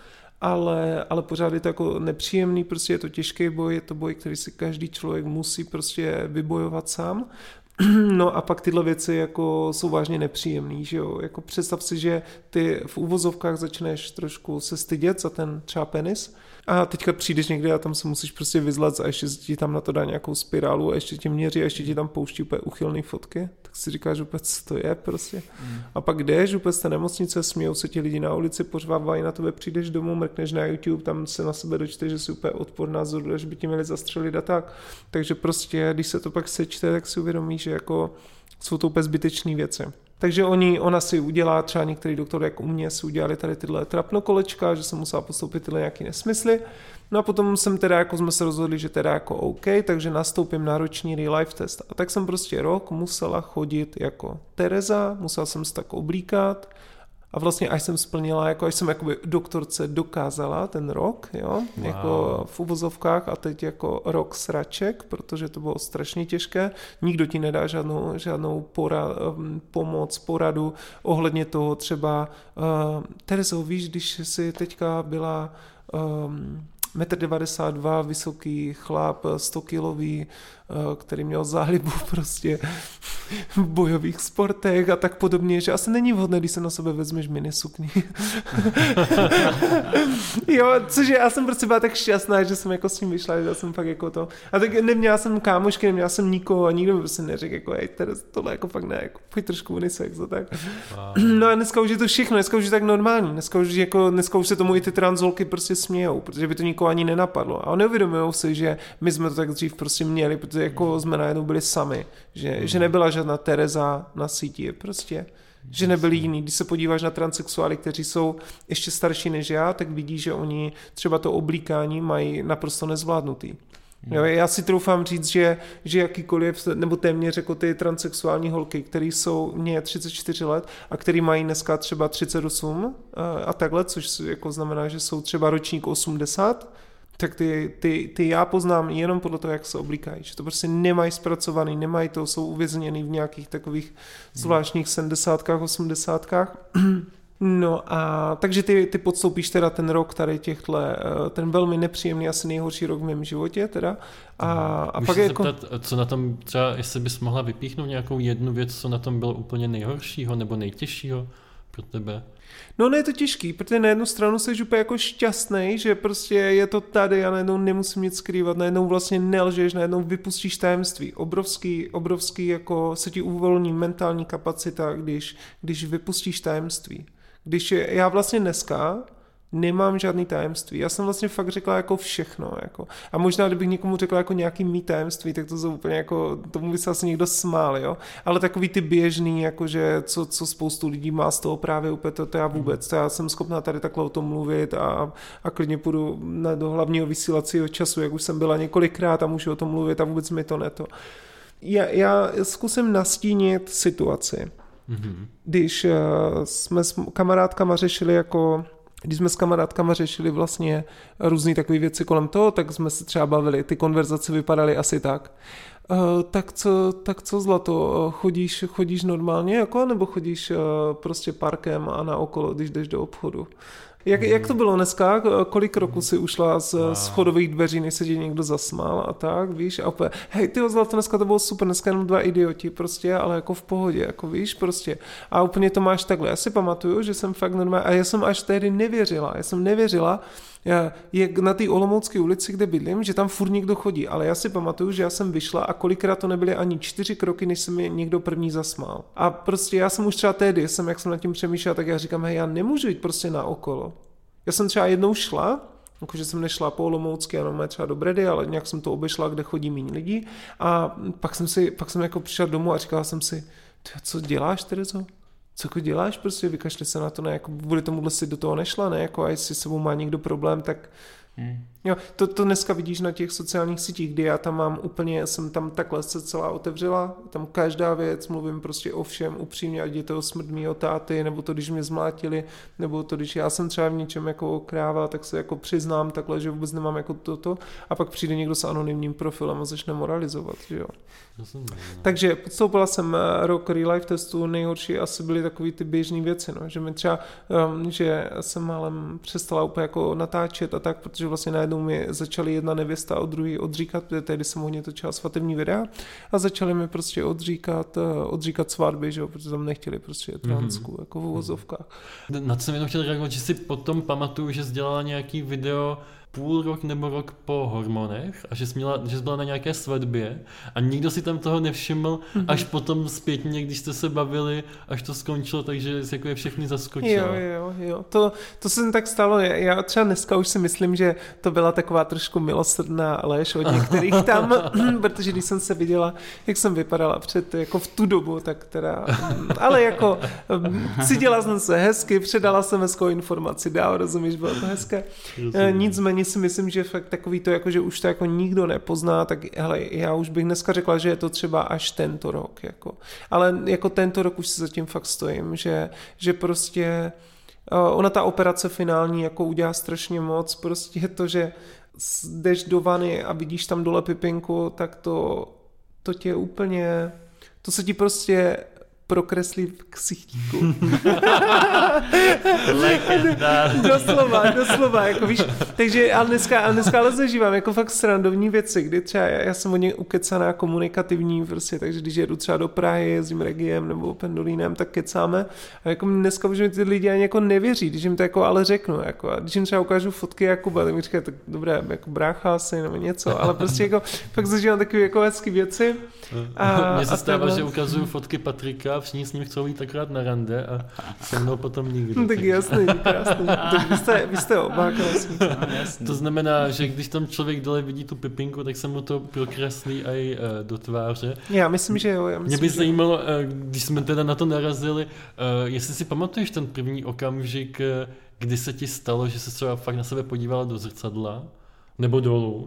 ale pořád je to jako nepříjemný, prostě je to těžký boj, je to boj, který si každý člověk musí prostě vybojovat sám. No a pak tyhle věci jako jsou vážně nepříjemný, že jo, jako představ si, že ty v uvozovkách začneš trošku se stydět za ten třeba penis a teďka přijdeš někde a tam se musíš prostě vyzlat a ještě ti tam na to dá nějakou spirálu a ještě tě měří a ještě ti tam pouští úplně uchylný fotky, tak si říkáš úplně, co to je prostě. A pak jdeš úplně z té nemocnice, smějou se ti lidi na ulici, pořvávají na tebe, přijdeš domů, mrkneš na YouTube, tam se na sebe dočteš, že jsi úplně odpor názoru, že by ti měli zastřelit a tak. Takže prostě, když se to pak sečte, tak si uvědomíš, že jako jsou to úplně zbytečné věci. Takže ona si udělá, třeba některý doktor, jak u mě, si udělali tady tyhle trapnokolečka, že jsem musela postoupit tyhle nějaký nesmysly. No a potom jsme se rozhodli, že teda jako OK, takže nastoupím na roční real life test. A tak jsem prostě rok musela chodit jako Tereza, musela jsem se tak oblíkat. A vlastně až jsem splnila, jako až jsem jakoby doktorce dokázala ten rok, jo, wow. Jako v uvozovkách a teď jako rok sraček, protože to bylo strašně těžké. Nikdo ti nedá žádnou pomoc, poradu ohledně toho třeba Terezo, víš, když jsi teďka byla 1,92 m, vysoký chlap, 100 kilový, který měl zálibu prostě v bojových sportech a tak podobně, že asi není vhodné, když se na sebe vezmeš minisukni. Jo, cože já jsem prostě byla tak šťastná, že jsem jako s tím vyšla, že jsem fakt jako to. A tak neměla jsem kámošky, neměla jsem nikoho a nikdo mi prostě neřekl, jako hej, tohle jako fakt ne, jako pojď trošku unisex a tak. Wow. No a dneska už je to všechno, dneska už je tak normální, dneska už se tomu i ty transholky prostě smějou, protože by to nikoho ani nenapadlo. A neuvědomujou si, že my jsme to tak dřív prostě měli, protože jako jsme najednou byli sami, že nebyla žádná Tereza na síti, prostě, že nebyli jiný. Když se podíváš na transsexuály, kteří jsou ještě starší než já, tak vidíš, že oni třeba to oblíkání mají naprosto nezvládnutý. Jo, já si troufám říct, že jakýkoliv, nebo téměř jako ty transsexuální holky, které jsou mě 34 let a který mají dneska třeba 38 a takhle, což jako znamená, že jsou třeba ročník 80, tak ty já poznám jenom podle toho, jak se oblíkají. Že to prostě nemají zpracovaný, nemají to, jsou uvězněný v nějakých takových zvláštních 70kách, 80kách. No a takže ty podstoupíš teda ten rok tady ten velmi nepříjemný, asi nejhorší rok v mém životě teda. A pak se jako zeptat, co na tom třeba, jestli bys mohla vypíchnout nějakou jednu věc, co na tom bylo úplně nejhoršího nebo nejtěžšího pro tebe? No ne, je to těžký, protože na jednu stranu jsi úplně jako šťastný, že prostě je to tady a najednou nemusím nic skrývat, najednou vlastně nelžeš, najednou vypustíš tajemství. Obrovský jako se ti uvolní mentální kapacita, když vypustíš tajemství. Já vlastně dneska nemám žádný tajemství. Já jsem vlastně fakt řekla jako všechno. Jako. A možná, kdybych někomu řekla jako nějaký mý tajemství, tak to jsou úplně jako, tomu by se asi někdo smál, jo. Ale takový ty běžný, jakože co spoustu lidí má z toho právě úplně to já vůbec. To já jsem schopná tady takhle o tom mluvit a klidně půjdu do hlavního vysílacího času, jak už jsem byla několikrát a můžu o tom mluvit a vůbec mi to neto. Já zkusím nastínit situaci. Když jsme s kamarádkama řešili vlastně různý takové věci kolem toho, tak jsme se třeba bavili, ty konverzace vypadaly asi tak. Tak co zlato, chodíš normálně jako, nebo chodíš prostě parkem a naokolo, když jdeš do obchodu? Jak to bylo dneska? Kolik roků si ušla z schodových dveří, než se ti někdo zasmál a tak, víš? A opět, hej, tyho zlato, dneska to bylo super, dneska jenom 2 idioti prostě, ale jako v pohodě, jako víš, prostě. A úplně to máš takhle. Já si pamatuju, že jsem fakt normálně, a já jsem až tehdy nevěřila, jak na té Olomoucké ulici, kde bydlím, že tam furt někdo chodí, ale já si pamatuju, že já jsem vyšla a kolikrát to nebyly ani 4 kroky, než se mi někdo první zasmál. A prostě já jsem už třeba tehdy, jak jsem nad tím přemýšlela, tak já říkám, hej, já nemůžu jít prostě na okolo. Já jsem třeba jednou šla, jakože jsem nešla po Olomoucké, jenom třeba do Bredy, ale nějak jsem to obešla, kde chodí méně lidí a pak jsem jako přišla domů a říkala jsem si, co děláš, Terezo? Co jako děláš, prostě vykašli se na to, ne, jako kvůli tomuhle si do toho nešla, ne, jako a jestli s sebou má někdo problém, tak Jo, to dneska vidíš na těch sociálních sítích, kdy já tam mám úplně, jsem tam takhle se celá otevřela, tam každá věc, mluvím prostě o všem upřímně, ať je to o smrt mýho táty, nebo to, když mě zmlátili, nebo to, když já jsem třeba v něčem jako kráva, tak se jako přiznám takhle, že vůbec nemám jako toto, a pak přijde někdo s anonymním profilem a začne moralizovat, že jo. Takže podstoupila jsem rok real life testu, nejhorší asi byly takový ty běžné věci, no, že mi třeba, že jsem málem přestala úplně jako natáčet a tak, protože vlastně najednou mi začaly jedna nevěsta od druhý odříkat, protože tehdy jsem hodně točila svatební videa a začaly mi prostě odříkat svatby, že jo, protože tam nechtěli prostě transku, jako v uvozovkách. Na co jsem jenom chtěl reagovat, že si potom pamatuju, že jsi dělala nějaký video půl rok nebo rok po hormonech a že jsi byla na nějaké svatbě a nikdo si tam toho nevšiml, až potom zpětně, když jste se bavili, až to skončilo, takže jsi jako je všechny zaskočila. Jo. To se tak stalo. Já třeba dneska už si myslím, že to byla taková trošku milosrdná lež od některých tam, protože když jsem se viděla, jak jsem vypadala jako v tu dobu, tak teda, ale jako cítila jsem se hezky, předala jsem hezkou informaci dál, rozumíš, bylo to hezké. Nicméně si myslím, že fakt takový to, jako, že už to jako nikdo nepozná, tak hele, já už bych dneska řekla, že je to třeba až tento rok, jako. Ale jako tento rok už si zatím fakt stojím, že prostě ona ta operace finální jako udělá strašně moc, prostě to, že jdeš do vany a vidíš tam dole pipinku, tak to tě úplně, to se ti prostě prokreslí v ksichtíku. doslova, jako víš, takže ale dneska ale zažívám jako fakt srandovní věci, kdy třeba já jsem hodně ukecaná, komunikativní prostě, takže když jedu třeba do Prahy, jezdím regiem nebo Pendolínem, tak kecáme a jako dneska už mi ty lidi ani jako nevěří, když jim to jako ale řeknu, jako a když jim třeba ukážu fotky Jakuba, tak mi říkají, tak dobré, jako brácha asi nebo něco, ale prostě jako fakt zažívám takové jako hezký věci. Mně se stává, že ukazuju fotky Patrika, všichni s ním chcou jít akorát na rande a se mnou potom nikdy. No, tak jasný, krásný. Tak vy jste oba krásný. To znamená, že když tam člověk dole vidí tu pipinku, tak se mu to prokreslí i do tváře. Já myslím, že jo. Mě by zajímalo, když jsme teda na to narazili, jestli si pamatuješ ten první okamžik, kdy se ti stalo, že se třeba fakt na sebe podívala do zrcadla, nebo dolů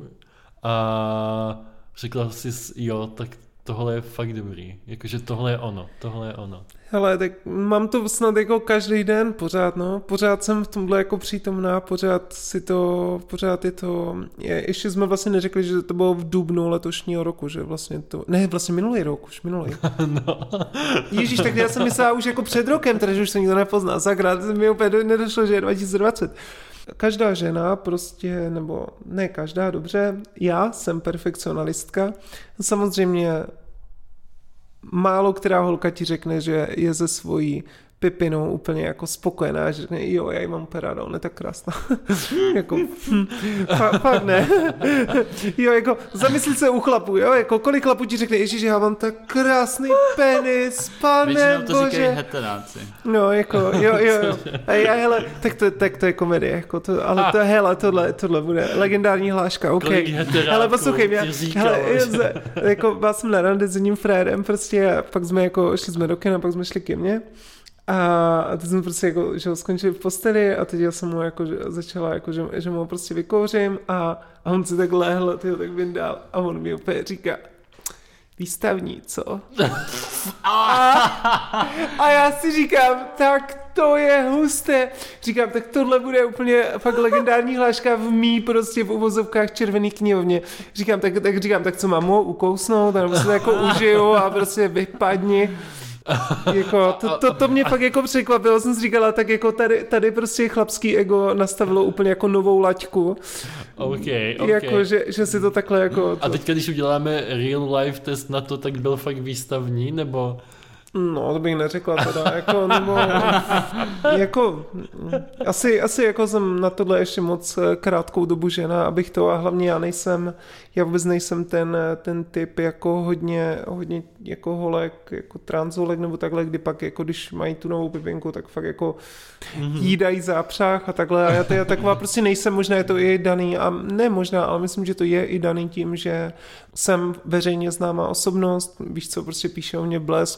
a řekla jsi, jo, tak tohle je fakt dobrý, jakože tohle je ono. Hele, tak mám to snad jako každý den pořád, no, pořád jsem v tomhle jako přítomná, pořád je to, ještě jsme vlastně neřekli, že to bylo v dubnu letošního roku, že vlastně minulý rok. No. Ježíš, tak já jsem myslela už jako před rokem, takže už se nikdo nepozná, sakra, mi úplně nedošlo, že je 2020. Každá žena prostě, nebo ne každá, dobře, já jsem perfekcionalistka. Samozřejmě málo která holka ti řekne, že je ze svojí pipinou úplně jako spokojená, že řekne, jo, já ji mám úplně ráda, on je tak krásná. Jako, fakt ne. Jo, jako, zamysli se u chlapů, jo, jako, kolik chlapů ti řekne, ježiš, já mám tak krásný penis, pane většinou to bože. říkají heteráci. No, jako, jo. A já, hele, tak to je komedie, jako to, ale to, hele, tohle bude legendární hláška, ok. Hele, poslouchej mě, hele, jako, byl jsem na rande s jedním frérem, prostě, a pak jsme jako, šli jsme do kina, pak jsme šli ke mně. A teď jsme prostě jako, že ho skončili v posteli a teď já jsem mu jako začala, jako, že mu ho prostě vykouřím a on si tak lehl, tyho tak vyndal a on mi úplně říká, výstavní, co? A já si říkám, tak to je husté. Říkám, tak tohle bude úplně fakt legendární hláška v mý prostě v uvozovkách červený knihovně. Říkám, tak co mám ho ukousnout, nebo se to jako užiju a prostě vypadni. Jako, to mě fakt jako překvapilo, jsem si říkala, tak jako tady prostě chlapský ego nastavilo úplně jako novou laťku. Okay. Jako, že si to takhle jako... A teďka, když uděláme real life test na to, tak byl fakt výstavní, nebo... No, to bych neřekla teda, jako, nebo, jako, asi jako jsem na tohle ještě moc krátkou dobu žena, abych to, a hlavně já vůbec nejsem ten typ jako hodně jako holek, jako transholek nebo takhle, kdy pak jako když mají tu novou pipinku, tak fakt jako jídají zápřah a takhle, a já taková prostě nejsem, možná je to i daný, a ne možná, ale myslím, že to je i daný tím, že jsem veřejně známá osobnost, víš co, prostě píše o mě Blesk, píše o mě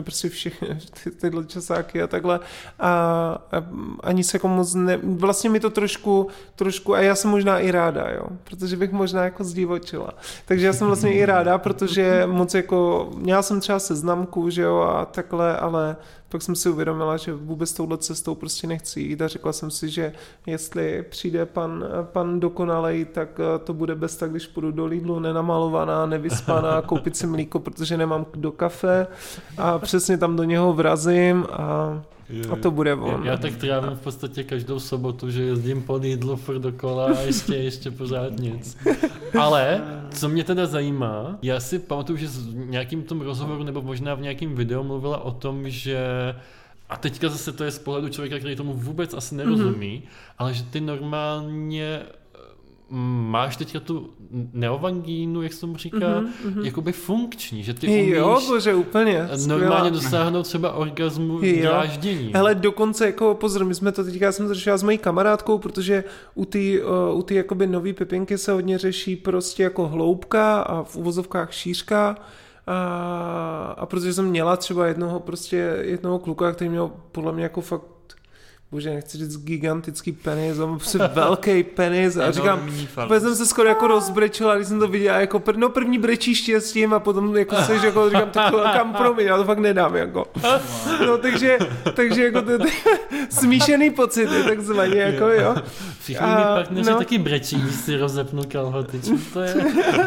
prostě všechny tyhle časáky a takhle a ani se jako moc vlastně mi to trošku a já jsem možná i ráda, jo, protože bych možná jako zdivočila. Takže já jsem vlastně i ráda, protože moc jako, měla jsem třeba seznamku, že jo, a takhle, ale pak jsem si uvědomila, že vůbec touhle cestou prostě nechci jít a řekla jsem si, že jestli přijde pan dokonalej, tak to bude bez tak, když půjdu do Lidlu nenamalovaná, nevyspaná, koupit si mlíko, protože nemám do kafe a přesně tam do něho vrazím a to bude on. Já tak trávím v podstatě každou sobotu, že jezdím po Lidlu furt dokola a ještě pořád nic. Ale, co mě teda zajímá, já si pamatuju, že v nějakým tom rozhovoru nebo možná v nějakém videu mluvila o tom, že a teďka zase to je z pohledu člověka, který tomu vůbec asi nerozumí, ale že ty normálně máš teďka tu neovangínu, jak se tomu říká, jakoby funkční, že ty umíš bože, úplně, skvělá. normálně dosáhnout třeba orgazmu dráždění. Hele, dokonce jako pozor, my jsme to teďka, já jsem to řešila s mojí kamarádkou, protože u ty jakoby nový pepinky se hodně řeší prostě jako hloubka a v uvozovkách šířka a protože jsem měla třeba jednoho kluka, který měl podle mě jako fakt, bože, nechci říct gigantický penis, mám prostě velký penis a říkám, jsem se skoro jako rozbrečila, když jsem to viděla, jako první brečíště s tím a potom jako seš, jako říkám, tak kam promiň, já to fakt nedám, jako. No, takže jako to smíšený pocity, takzvaně, jako jo. Všichni mi partneři taky brečí, když si rozepnu kalhoty, čím to je?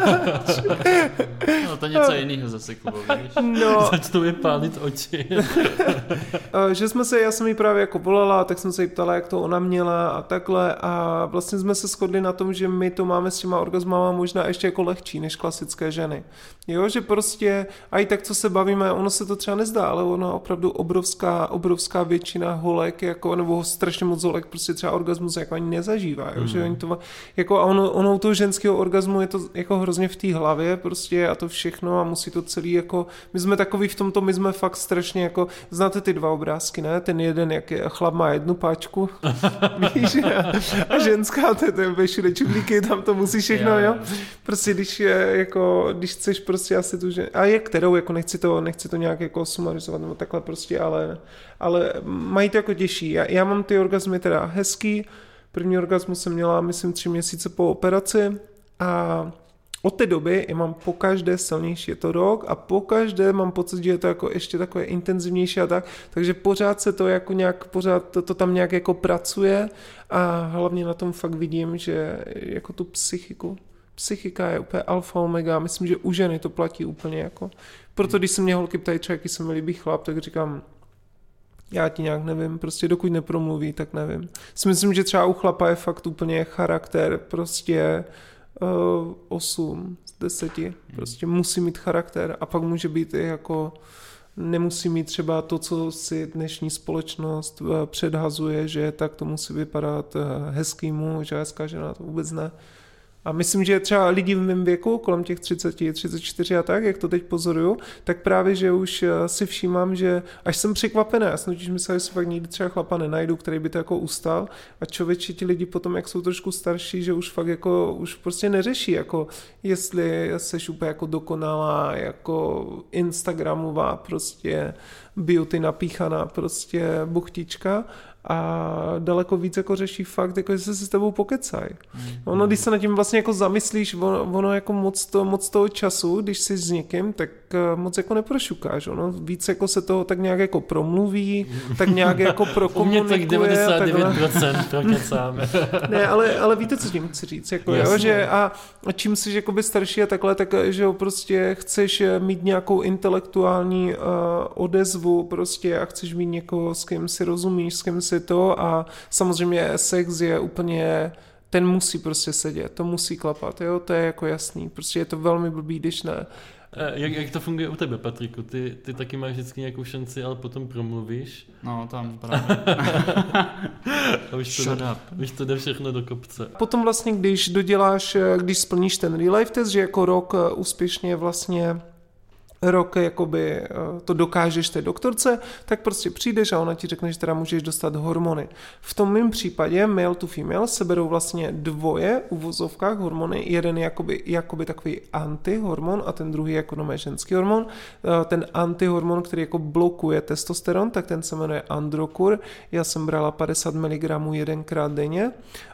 No, to něco jiného zase, Kubo, víš? No. Začnou mi pálit oči. Já jsem jí právě jako volala, tak jsem se jí ptala, jak to ona měla a takhle a vlastně jsme se shodli na tom, že my to máme s těma orgasmama možná ještě jako lehčí než klasické ženy. Jo, že prostě a i tak, co se bavíme, ono se to třeba nezdá, ale ono opravdu obrovská většina holek, jako, nebo strašně moc holek prostě třeba orgasmus jako ani nezažívá, jo, že oni to jako a ono u toho ženského orgasmu je to jako hrozně v té hlavě prostě a to všechno a musí to celý jako, my jsme takový v tomto, my jsme fakt strašně jako, znáte ty dva obrázky, ne? Ten jeden, jak je, chlap má jednu páčku, víš, a ženská, to je všude čudlíky, tam to musí všechno, jo? Prostě když chceš prostě asi tu žen... A je kterou, jako nechci to nějak jako sumarizovat, nebo takhle prostě, ale mají to jako těžší. Já mám ty orgasmy teda hezký, první orgasmus jsem měla, myslím, 3 měsíce po operaci a od té doby já mám pokaždé silnější, je to rok a pokaždé mám pocit, že je to jako ještě takové intenzivnější a tak, takže pořád se to jako nějak, pořád to tam nějak jako pracuje a hlavně na tom fakt vidím, že jako tu psychika je úplně alfa omega, myslím, že u ženy to platí úplně jako, proto když se mě holky ptají třeba, jaký se mi líbí chlap, tak říkám, já ti nějak nevím, prostě dokud nepromluví, tak nevím. Myslím, že třeba u chlapa je fakt úplně charakter, prostě 8 z 10, prostě musí mít charakter a pak může být i jako, nemusí mít třeba to, co si dnešní společnost předhazuje, že tak to musí vypadat hezký muž a hezká žena, to vůbec ne. A myslím, že třeba lidi v mém věku, kolem těch 30, 34 a tak, jak to teď pozoruju, tak právě, že už si všímám, že až jsem překvapená, já jsem totiž myslel, že si fakt nikdy třeba chlapa nenajdu, který by to jako ustal a člověči ti lidi potom, jak jsou trošku starší, že už fakt jako, už prostě neřeší, jako jestli seš úplně jako dokonalá, jako instagramová prostě beauty napíchaná prostě buchtička, a daleko víc jako řeší fakt, jako že se s tebou pokecají. Ono, když se nad tím vlastně jako zamyslíš, ono jako moc toho času, když jsi s někým, tak moc jako neprošukáš. Ono víc jako se toho tak nějak jako promluví, tak nějak jako prokomunikuje. U mě tak 99% prokecáme. Ne, ale víte, co tím chci říct, jako jo, že a čím jsi jakoby starší a takhle, tak že jo, prostě chceš mít nějakou intelektuální odezvu prostě a chceš mít někoho, s kým si rozumíš, s kým si to a samozřejmě sex je úplně, ten musí prostě sedět, to musí klapat, jo, to je jako jasný, prostě je to velmi blbý, když ne. Jak to funguje u tebe, Patriku? Ty taky máš vždycky nějakou šanci, ale potom promluvíš? No, tam právě. Už to jde všechno do kopce. Potom vlastně, když splníš ten real life test, že jako rok úspěšně vlastně rok jakoby to dokážeš té doktorce, tak prostě přijdeš a ona ti řekne, že teda můžeš dostat hormony. V tom mém případě male to female se berou vlastně dvoje v uvozovkách hormony, jeden je jakoby takový antihormon a ten druhý jako ženský hormon. Ten antihormon, který jako blokuje testosteron, tak ten se jmenuje Androkur. Já jsem brala 50 mg jedenkrát denně,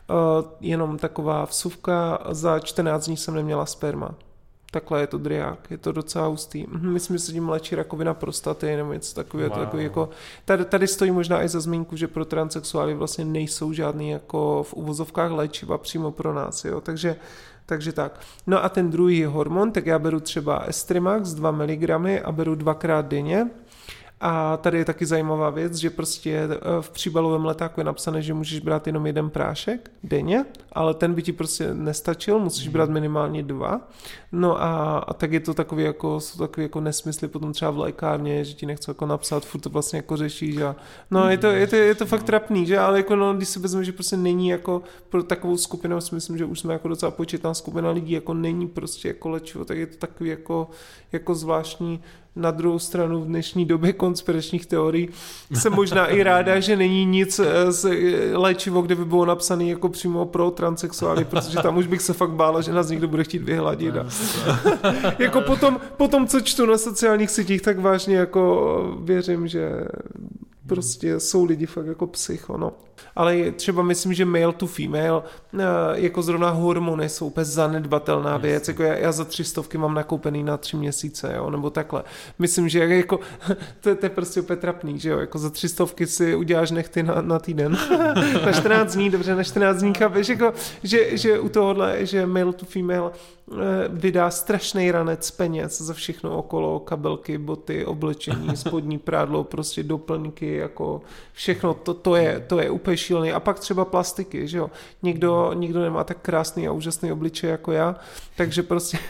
jenom taková vsuvka, za 14 dní jsem neměla sperma. Takhle je to driák, je to docela hustý. Myslím, že se tím léčí rakovina prostaty nebo něco takového. Wow. Takový jako, tady stojí možná i za zmínku, že pro transsexuály vlastně nejsou žádný jako v uvozovkách léčiva přímo pro nás. Jo? Takže tak. No a ten druhý hormon, tak já beru třeba Estrimax 2 mg a beru 2krát denně. A tady je taky zajímavá věc, že prostě v příbalovém letáku je napsané, že můžeš brát jenom jeden prášek denně, ale ten by ti prostě nestačil, musíš brát minimálně 2. No a tak je to takový jako, jsou takový jako nesmysly potom třeba v lékárně, že ti nechce jako napsat, furt to vlastně jako řešíš a no je to fakt trapný, že, ale jako no, když si vezme, že prostě není jako pro takovou skupinu, si myslím, že už jsme jako docela početná skupina lidí, jako není prostě jako léčivo, tak je to takový jako zvláštní. Na druhou stranu v dnešní době konspiračních teorií jsem možná i ráda, že není nic z léčivo, kde by bylo napsané jako přímo pro transsexuály, protože tam už bych se fakt bála, že nás někdo bude chtít vyhladit. A jako potom, co čtu na sociálních sítích, tak vážně jako věřím, že prostě jsou lidi fakt jako psycho, no. Ale třeba myslím, že male to female, jako zrovna hormony jsou úplně zanedbatelná věc, jako já za 300 mám nakoupený na 3 měsíce, jo, nebo takhle. Myslím, že jako, to je prostě úplně trapný, že jo, jako za 300 si uděláš nechty na týden, na 14 dní, dobře, na 14 dní, chápeš, jako, že u tohohle, že male to female vydá strašný ranec peněz za všechno okolo, kabelky, boty, oblečení, spodní prádlo, prostě doplňky, jako všechno, to je úplně šílený. A pak třeba plastiky, že jo. Nikdo nemá tak krásný a úžasný obličej jako já, takže prostě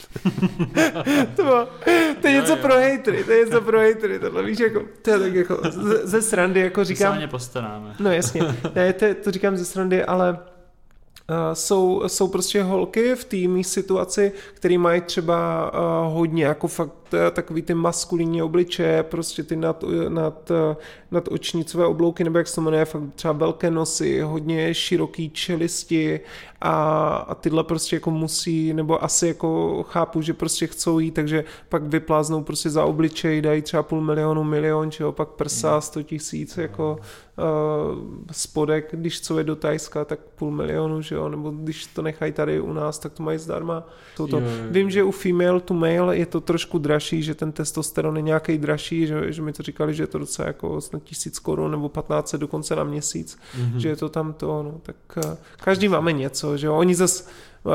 to je něco pro hejtry, tohle víš, jako, to je tak jako ze srandy, jako říkám. My se postaráme. No jasně, ne, to říkám ze srandy, ale jsou prostě holky v té mý situaci, který mají třeba hodně jako fakt takový ty maskulinní obličeje, prostě ty nadočnicové oblouky, nebo jak se to jmenuje, fakt třeba velké nosy, hodně široký čelisti a tyhle prostě jako musí, nebo asi jako chápu, že prostě chcou jít, takže pak vypláznou prostě za obličej, dají třeba 500 000, milion, čeho, pak prsa 100 000, jako spodek, když co je do Thajska, tak 500 000, že jo, nebo když to nechají tady u nás, tak to mají zdarma. Vím, že u female to male je to trošku dražší, že ten testosteron je nějaký dražší, že mi to říkali, že je to docela jako snad 1000 korun nebo 1500 dokonce na měsíc, že je to tam to, no, tak každý máme něco, že jo, oni zas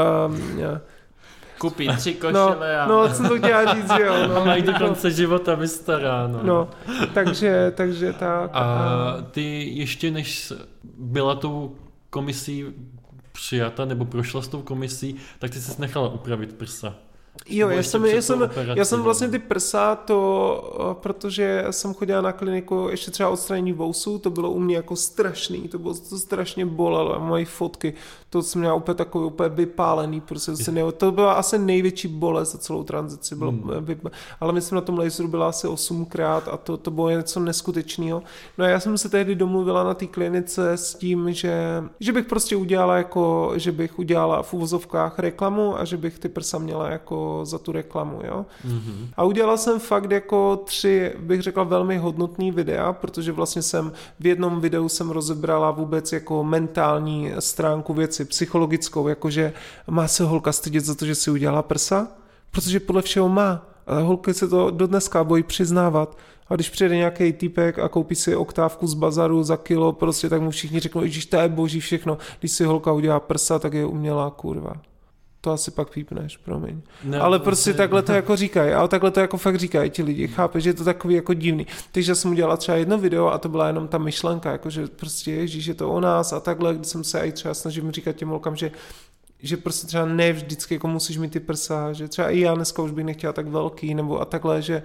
kupí 3 košile No, co to chtěla říct, že jo. No, mají do konce života vystará, no. No, takže tak. A ty ještě než byla tou komisí přijata, nebo prošla s tou komisí, tak ty jsi nechala upravit prsa. Jo, já jsem vlastně ty prsa, protože jsem chodila na kliniku ještě třeba odstranění vousů, to bylo u mě jako strašný, to strašně bolelo, moje fotky, to jsem měla úplně vypálený, prostě to byla asi největší bolest za celou tranzici, ale myslím na tom laseru byla asi 8krát a to bylo něco neskutečného. No a já jsem se tehdy domluvila na té klinice s tím, že bych prostě udělala jako, že bych udělala v uvozovkách reklamu a že bych ty prsa měla jako za tu reklamu, jo. Mm-hmm. A udělala jsem fakt jako 3, bych řekla, velmi hodnotný videa, protože vlastně v jednom videu jsem rozebrala vůbec jako mentální stránku věci, psychologickou, jakože má se holka stydět za to, že si udělala prsa, protože podle všeho má, ale holky se to do dneska bojí přiznávat. A když přijde nějaký týpek a koupí si oktávku z bazaru za kilo, prostě tak mu všichni řeknou, ježiš, to je boží všechno, když si holka udělá prsa, tak je umělá, kurva. To asi pak pípneš, promiň. No, ale prostě takhle to jako říkají, ale takhle to jako fakt říkají ti lidi, chápeš, že je to takový jako divný. Takže jsem udělala třeba jedno video a to byla jenom ta myšlenka, jako že prostě ježíš, je to o nás a takhle, když jsem se i třeba snažím říkat těm holkám, že prostě třeba ne vždycky jako musíš mít ty prsa, že třeba i já dneska už bych nechtěla tak velký, nebo a takhle, že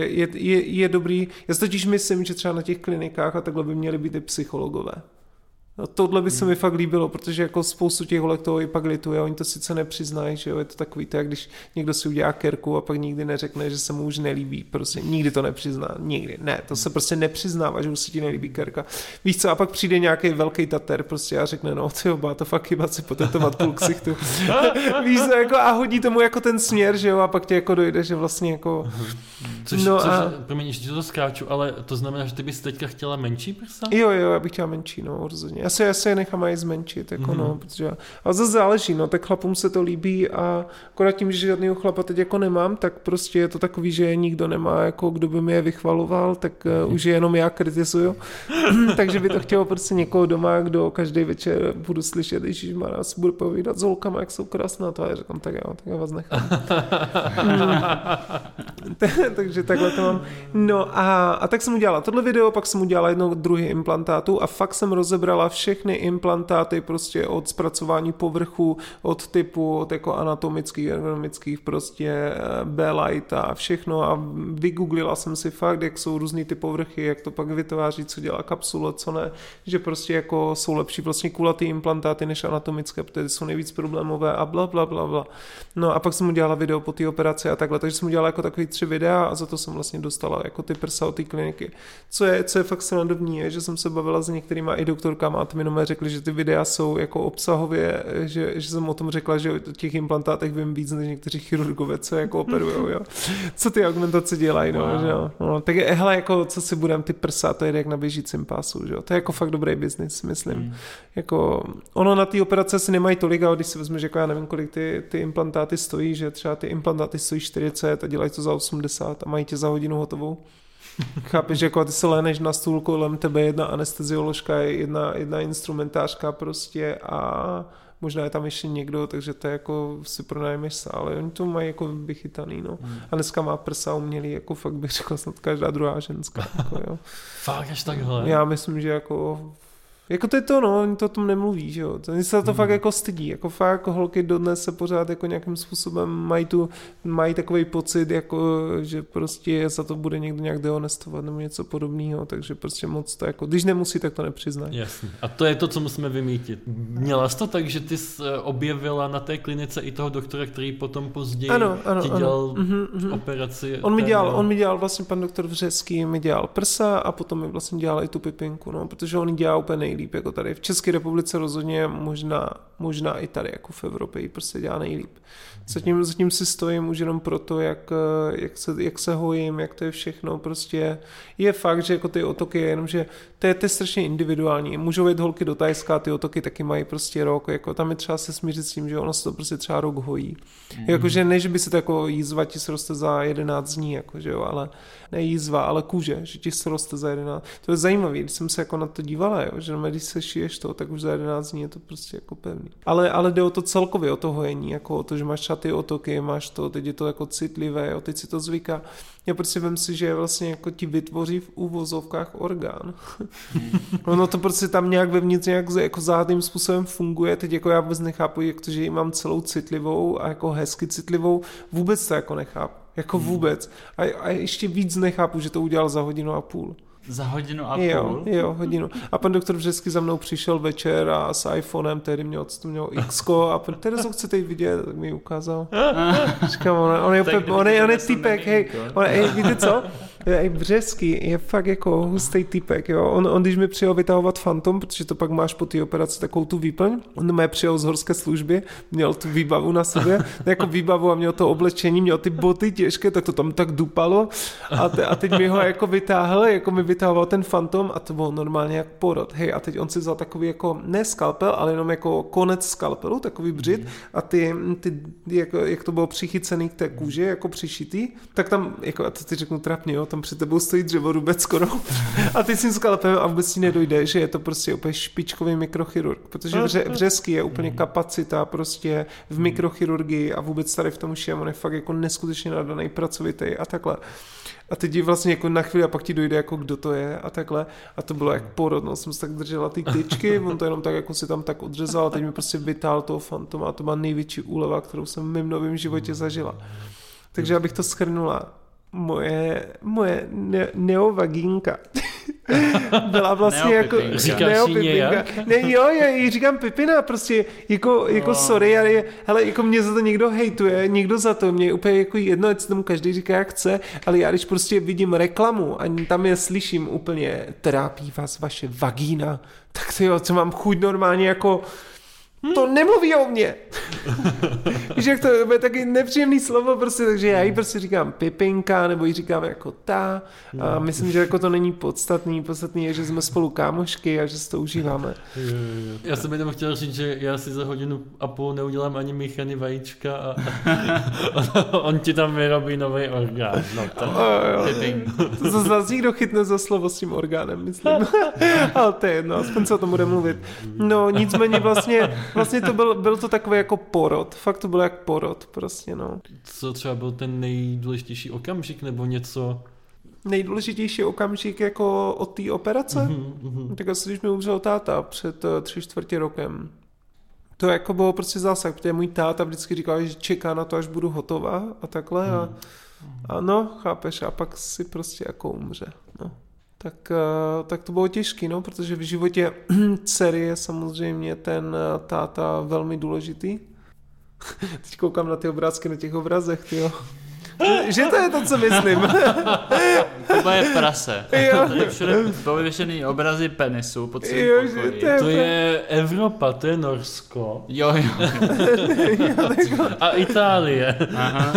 je dobrý. Já si totiž myslím, že třeba na těch klinikách a takhle by měly být i psychologové. No, tohle by se mi fakt líbilo, protože jako spoustu těch holek toho i pak lituje, oni to sice nepřiznají, že jo, je to takový to, jak když někdo si udělá kerku a pak nikdy neřekne, že se mu už nelíbí, prostě nikdy to nepřizná, nikdy, ne, to se prostě nepřiznává, že už se ti nelíbí kerka. Víš co, a pak přijde nějaký velký tater prostě a řekne, no tyjo, má to fakt chyba si potetovat půl ksichtu. Víš co, jako a hodí tomu jako ten směr, že jo, a pak ti jako dojde, že vlastně jako... Což promiň, ještě to skáču, ale to znamená, že ty bys teďka chtěla menší prsa? Jo, já bych chtěla menší, no, rozhodně. Já se je nechám aj zmenšit, jako no, protože... Ale zase záleží, no, tak chlapům se to líbí a akorát tím, že žádnýho chlapa teď jako nemám, tak prostě je to takový, že je nikdo nemá, jako kdo by mi je vychvaloval, tak už je jenom já kritizuju. Takže by to chtělo prostě někoho doma, kdo každý večer budu slyšet, ježišmarja, si bude povídat s holkama, jak jsou krásná, to a já říkám, tak jo, tak já vás nechám. Takže takhle to mám. No a tak jsem udělala tohle video, pak jsem udělala jednou druhý implantátu a fakt jsem rozebrala všechny implantáty prostě od zpracování povrchu, od typu, od jako anatomických, ergonomických prostě B-light a všechno a vygooglila jsem si fakt, jak jsou různý ty povrchy, jak to pak vytváří, co dělá kapsule, co ne, že prostě jako jsou lepší vlastně kulatý implantáty než anatomické, protože jsou nejvíc problémové a bla, bla, bla, bla. No a pak jsem udělala video po té operaci a takhle, takže jsem udělala jako takový 3 videa a za to jsem vlastně dostala jako ty prsa od té kliniky. Co je fakt srandovní, je, že jsem se bavila s některýma i doktorkama a ty mi řekli, že ty videa jsou jako obsahově, že jsem o tom řekla, že o těch implantátech vím víc než někteří chirurgové, co jako operujou, jo. Co ty augmentace dělají, no, wow. Že jo. No, tak hele, jako co si budem, ty prsa, to je jak na běžícím pásu, že jo. To je jako fakt dobrý biznis, myslím. Jako, ono na té operace si nemají tolik, ale když si vezmeš, jako já nevím, kolik ty implantáty stojí, že třeba ty implantáty stojí 40 a dělají to za 80 a mají tě za hodinu hotovou. Chápeš, jako ty se léneš na stůl, kolem tebe jedna anestezioložka, jedna instrumentářka prostě a možná je tam ještě někdo, takže to je jako si pronajmeš sále. Oni to mají jako vychytaný, no. A dneska má prsa umělý, jako fakt bych řekla snad každá druhá ženská. Jako, jo. Fakt až takhle? Já myslím, že jako to je to, no, oni to o tom nemluví, že jo. Oni se to fakt jako stydí, jako fakt jako holky dodnes se pořád jako nějakým způsobem mají takový pocit, jako, že prostě za to bude někdo nějak dehonestovat nebo něco podobného, takže prostě moc to jako, když nemusí, tak to nepřiznají. Jasně. A to je to, co musíme vymítit. Měla jsi to tak, že ty jsi objevila na té klinice i toho doktora, který potom později ti dělal operaci? On mi dělal vlastně pan doktor Vřeský, mi dělal prsa a potom mi vlastně dělal i tu pipinku, no, protože on dělá úplně nejlíp jako tady. V České republice rozhodně možná i tady jako v Evropě ji prostě dělá nejlíp. Zatím si stojím už jenom proto, jak se hojím, jak to je všechno. Prostě je fakt, že jako ty otoky je jenom, že to je strašně individuální. Můžou jít holky do Thajska, ty otoky taky mají prostě rok. Jako tam je třeba se smířit s tím, že ono se to prostě třeba rok hojí. Jakože ne, že by se to jako jízva ti sroste za 11 dní, jako, že jo, ale ne jízva, ale kůže, že ti sroste za 11. To je zajímavé, když jsem se jako na to dívala, jo, že když se šiješ to, tak už za 11 dní je to prostě jako pevný. Ale jde o to celkově, o to hojení, jako o to, že máš třeba ty otoky, máš to, teď je to jako citlivé, jo, teď si to zvyká. Já prostě vím si, že vlastně jako ti vytvoří v uvozovkách orgán. Ono to prostě tam nějak vevnitř nějak jako záhadným způsobem funguje. Teď jako já vůbec nechápu, jak to, že ji mám celou citlivou a jako hezky citlivou, vůbec to jako nechápu. Jako vůbec. A ještě víc nechápu, že to udělal za 1,5 hodiny. Za 1,5 hodiny? Jo, hodinu. A pan doktor Vřeský za mnou přišel večer a s iPhonem, tehdy měl X-ko a Terezo, chcete ji vidět? Tak mi ji ukázal. Říkám, on je typek, hej, víte co? Vřeský je fakt jako hustý typek, jo. On když mi přijel vytahovat fantom, protože to pak máš po té operaci takovou tu výplň, on mě přijel z horské služby, měl tu výbavu na sobě, jako výbavu a měl to oblečení, měl ty boty těžké, tak to tam tak dupalo a teď mi ho jako vytáhl, jako mi vytahoval ten fantom a to bylo normálně jak porod, hej, a teď on si vzal takový jako, ne skalpel, ale jenom jako konec skalpelu, takový břit a ty jak to bylo přichycený k té kůži, jako přišitý, tak tam, jako, a to ti řeknu trapně, jo, tam před tebou stojí dřevorubec skoro a ty s tím skalpem a vůbec si nedojde, že je to prostě úplně špičkový mikrochirurg, protože Vřeský je úplně kapacita prostě v mikrochirurgii a vůbec tady v tom všem, on je fakt jako neskutečně nadaný, pracovitý a takhle. A teď vlastně jako na chvíli a pak ti dojde jako kdo to je a takhle a to bylo jak porod, no, jsem si tak držela ty tyčky, on to jenom tak jako si tam tak odřezal a teď mi prostě vytáhl toho fantoma a to byla největší úleva, kterou jsem v mém novém životě zažila. Takže abych to shrnula. moje neovagínka byla vlastně jako... Říkáš ji nějak? Ne, jo, já jí říkám Pipina, prostě jako sorry, ale jako mě za to někdo hejtuje, někdo za to, mě je úplně jako jedno, ať si tomu každý říká jak chce, ale já když prostě vidím reklamu a tam je slyším úplně trápí vás vaše vagína, tak to jo, co mám chuť normálně jako... To nemluví o mně. Víš, jak to je taky nepříjemný slovo prostě, takže já jí prostě říkám Pipinka, nebo jí říkám jako ta. A myslím, že jako to není podstatný. Podstatný je, že jsme spolu kámošky a že si to užíváme. Já jsem jenom chtěl říct, že já si za 1,5 hodiny neudělám ani míchaný vajíčka a on ti tam vyrobí nový orgán. No, to zase vás někdo chytne za slovo s tím orgánem, myslím. Ale to je jedno, aspoň se o tom bude mluvit. No, nicméně vlastně to byl to takový jako porod. Fakt to bylo jak porod prostě, no. Co třeba byl ten nejdůležitější okamžik nebo něco? Nejdůležitější okamžik jako od té operace? Tak asi když mi umřel táta před 3/4 rokem. To jako bylo prostě zásah, protože můj táta vždycky říkal, že čeká na to, až budu hotová a takhle. A no, chápeš, a pak si prostě jako umře, no. Tak to bylo těžký, no, protože v životě dcery je samozřejmě ten táta velmi důležitý. Teď koukám na ty obrázky na těch obrazech, tyjo. Že to je to, co myslím. To je prase. Jo. Tady všude pověšený obrazy penisu po celém pokoji. To je Evropa, to je Norsko. Jo. A Itálie. Aha.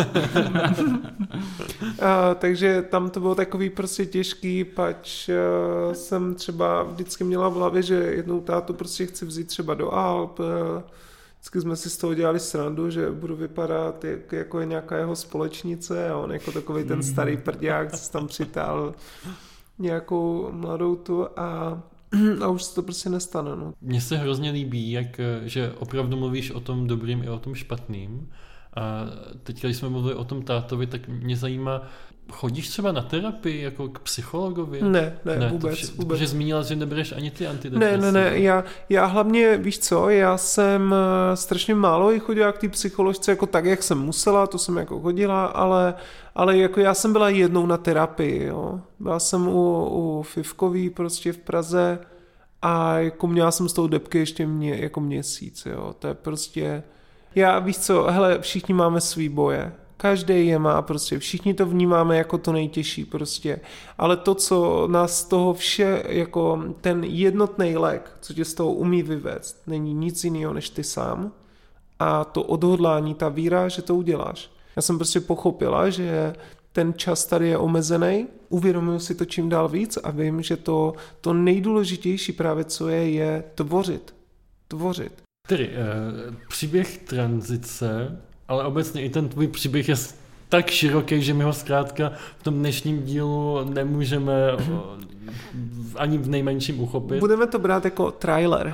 Takže tam to bylo takový prostě těžký, pač jsem třeba vždycky měla v hlavě, že jednou tátu prostě chci vzít třeba do Alp. Vždycky jsme si z toho dělali srandu, že budu vypadat jako je nějaká jeho společnice a on jako takovej ten starý prďák, co tam přitáhl nějakou mladou tu a už se to prostě nestane. No. Mně se hrozně líbí, že opravdu mluvíš o tom dobrým i o tom špatným. A teď, když jsme mluvili o tom tátovi, tak mě zajímá, chodíš třeba na terapii jako k psychologovi? Ne, vůbec. Protože zmínila, že nebereš ani ty antidepresiva. Ne, já hlavně, víš co, já jsem strašně málo i chodila k té psycholožce, jako tak, jak jsem musela, to jsem jako chodila, ale jako já jsem byla jednou na terapii, jo. Byla jsem u Fivkový prostě v Praze a jako měla jsem z toho depky ještě jako měsíc, jo. To je prostě... Já, víš co, hele, všichni máme svý boje. Každý je má prostě, všichni to vnímáme jako to nejtěžší prostě. Ale to, co nás z toho vše, jako ten jednotný lék, co tě z toho umí vyvést, není nic jiného než ty sám. A to odhodlání, ta víra, že to uděláš. Já jsem prostě pochopila, že ten čas tady je omezený, uvědomuji si to čím dál víc a vím, že to nejdůležitější právě co je tvořit. Tedy příběh tranzice, ale obecně i ten tvůj příběh je tak široký, že my ho zkrátka v tom dnešním dílu nemůžeme ani v nejmenším uchopit. Budeme to brát jako trailer.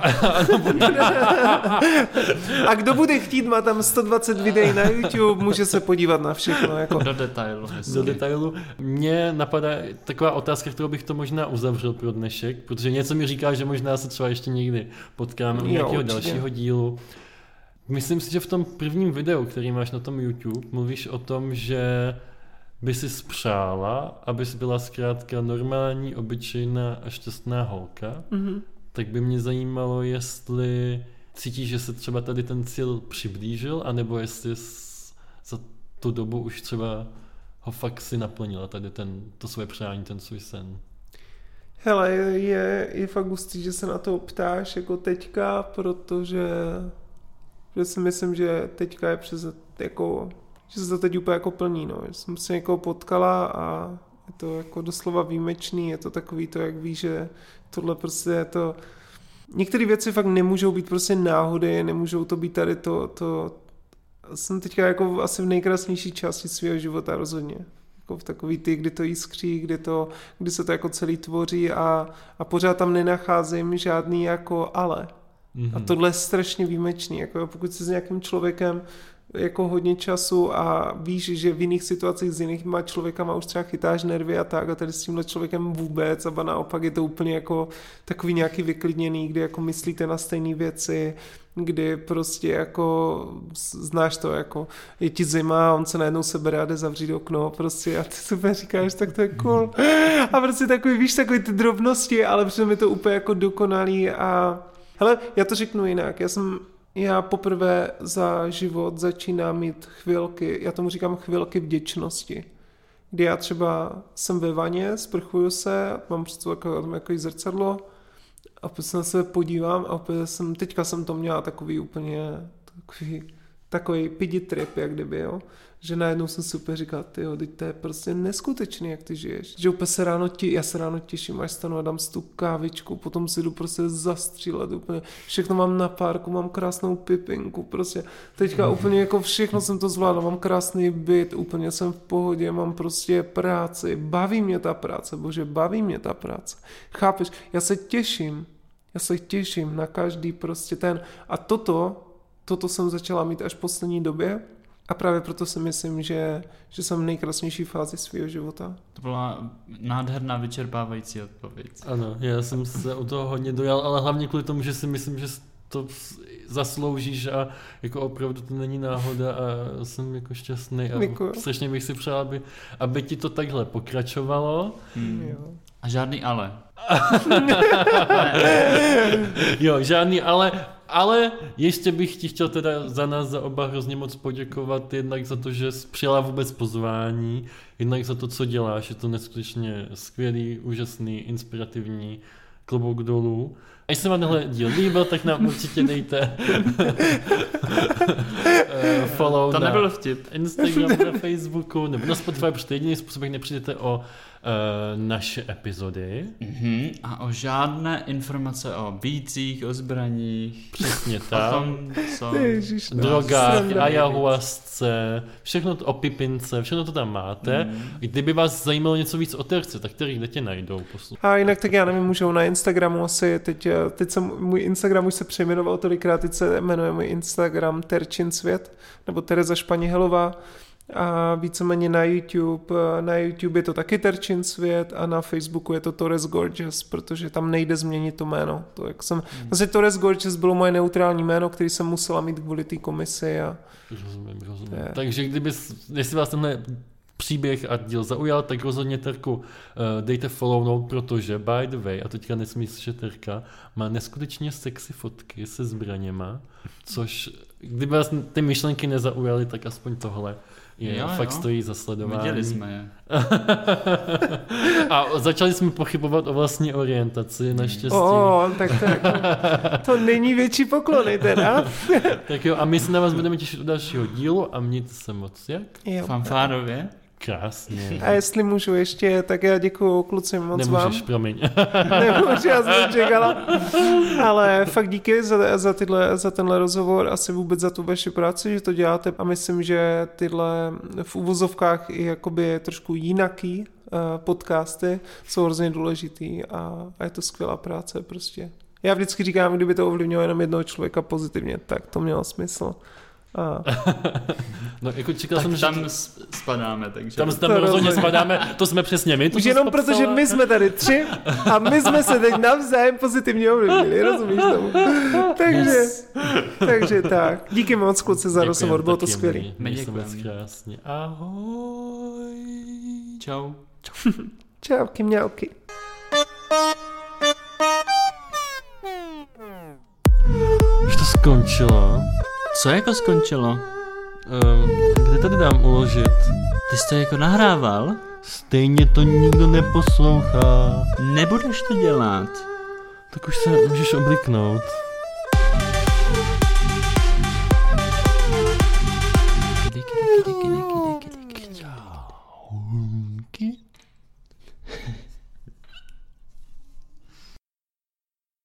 A kdo bude chtít, má tam 120 videí na YouTube, může se podívat na všechno. Jako. Do detailu. Mně napadá taková otázka, kterou bych to možná uzavřel pro dnešek, protože něco mi říká, že možná se třeba ještě někdy potkáme u nějakého dalšího dílu. Myslím si, že v tom prvním videu, který máš na tom YouTube, mluvíš o tom, že by si spřála, abys byla zkrátka normální, obyčejná a šťastná holka. Mm-hmm. Tak by mě zajímalo, jestli cítíš, že se třeba tady ten cíl přiblížil, anebo jestli za tu dobu už třeba ho fakt si naplnila, tady to své přání, ten svůj sen. Hele, je fakt hustý, že se na to ptáš jako teďka, protože si myslím, že teďka je že se to teď úplně jako plní, no. Že jsem se někoho potkala a je to jako doslova výjimečný, je to takový to, jak víš, že tohle prostě je to... Některé věci fakt nemůžou být prostě náhody, nemůžou to být tady to... Jsem teďka jako asi v nejkrásnější části svého života rozhodně. Jako v takový ty, kdy to jiskří, kdy se to jako celý tvoří a pořád tam nenacházím žádný jako ale. Mm-hmm. A tohle je strašně výjimečný. Jako pokud jsi s nějakým člověkem jako hodně času a víš, že v jiných situacích s jinýma člověkama už třeba chytáš nervy a tak a tady s tímhle člověkem vůbec a naopak je to úplně jako takový nějaký vyklidněný, kdy jako myslíte na stejné věci, kdy prostě jako znáš to, jako je ti zima a on se najednou sebere a jde zavřít okno prostě a ty super říkáš, tak to je cool. A prostě takový, víš, takový ty drobnosti, ale přitom je to úplně jako dokonalý a hele, já to řeknu jinak, já poprvé za život začínám mít chvilky, já tomu říkám chvilky vděčnosti, kdy já třeba jsem ve vaně, sprchuju se, mám před sebou jako zrcadlo a opět se na sebe podívám a opět teďka jsem to měla takový pidi trip, jak kdyby, jo. Že najednou jsem si úplně říkal, tyjo, teď to je prostě neskutečný, jak ty žiješ. Že úplně já se ráno těším, až stanu a dám si tu kávičku, potom si jdu prostě zastřílet úplně. Všechno mám na párku, mám krásnou pipinku, prostě. Teďka úplně jako všechno jsem to zvládl, mám krásný byt, úplně jsem v pohodě, mám prostě práci, baví mě ta práce, bože, baví mě ta práce. Chápeš? Já se těším na každý prostě a toto jsem začala mít až v poslední době a právě proto si myslím, že jsem v nejkrásnější fázi svého života. To byla nádherná vyčerpávající odpověď. Ano, já jsem se u toho hodně dojal, ale hlavně kvůli tomu, že si myslím, že to zasloužíš a jako opravdu to není náhoda a jsem jako šťastný a strašně bych si přál, aby ti to takhle pokračovalo. A žádný ale. Jo, žádný ale ještě bych ti chtěl teda za nás, za oba hrozně moc poděkovat, jednak za to, že jsi přijala vůbec pozvání, jednak za to, co děláš, je to neskutečně skvělý, úžasný, inspirativní, klobouk dolů. A jestli vám tenhle díl líbil, tak nám určitě dejte follow to nebyl vtip. Na Instagram, na Facebooku, nebo na Spotify, protože jediný způsob, jak nepřijdete o naše epizody. A o žádné informace o bících, o zbraních. Přesně tak. O tom, co... drogách, ayahuasce, všechno to o pipince, všechno to tam máte. Kdyby vás zajímalo něco víc o terce, tak který kde tě najdou? A jinak tak já nevím, můžou na Instagramu asi, teď můj Instagram už se přejmenoval tolikrát, teď se jmenuje můj Instagram Terčin svět, nebo Tereza Španihelová. A víceméně na YouTube je to taky Terčin svět a na Facebooku je to Torres Gorgeous, protože tam nejde změnit to jméno. Vlastně Torres Gorgeous bylo moje neutrální jméno, který jsem musela mít kvůli té komisi. Rozumím. Takže jestli vás tenhle příběh a díl zaujal, tak rozhodně Terku dejte follownout, protože by the way, a teďka nesmí slyšet Terka, má neskutečně sexy fotky se zbraněma, což kdyby vás ty myšlenky nezaujaly, tak aspoň tohle fakt stojí za sledování. Viděli jsme je. A začali jsme pochybovat o vlastní orientaci, naštěstí. Tak to není větší poklony teda. Tak jo, a my se na vás budeme těšit u dalšího dílu a mějte se moc jak? Fanfárově. Krásně. A jestli můžu ještě, tak já děkuju kluci moc vám. Nemůžeš, promiň. Nemůžu, já jsem čekala. Ale fakt díky za tenhle rozhovor, asi vůbec za tu vaši práci, že to děláte a myslím, že tyhle v uvozovkách i jakoby trošku jinaký podcasty jsou hrozně důležitý a je to skvělá práce prostě. Já vždycky říkám, kdyby to ovlivnilo jenom jednoho člověka pozitivně, tak to mělo smysl. No, jako čekal tak jsem, tam spadáme, takže... Tam rozhodně spadáme, to jsme přesně my. Už jenom protože my jsme tady 3 a my jsme se teď navzájem pozitivně ovlivnili, rozumíš tomu? Takže tak. Díky moc, kluci, za rozhovor, bylo to skvělý. My děkujeme. Krásně. Ahoj. Čau. Čauky, mňauky. Už to skončilo. Co jako skončilo? Kde tady dám uložit? Ty jsi to jako nahrával? Stejně to nikdo neposlouchá. Nebudeš to dělat. Tak už se můžeš obliknout. Díky.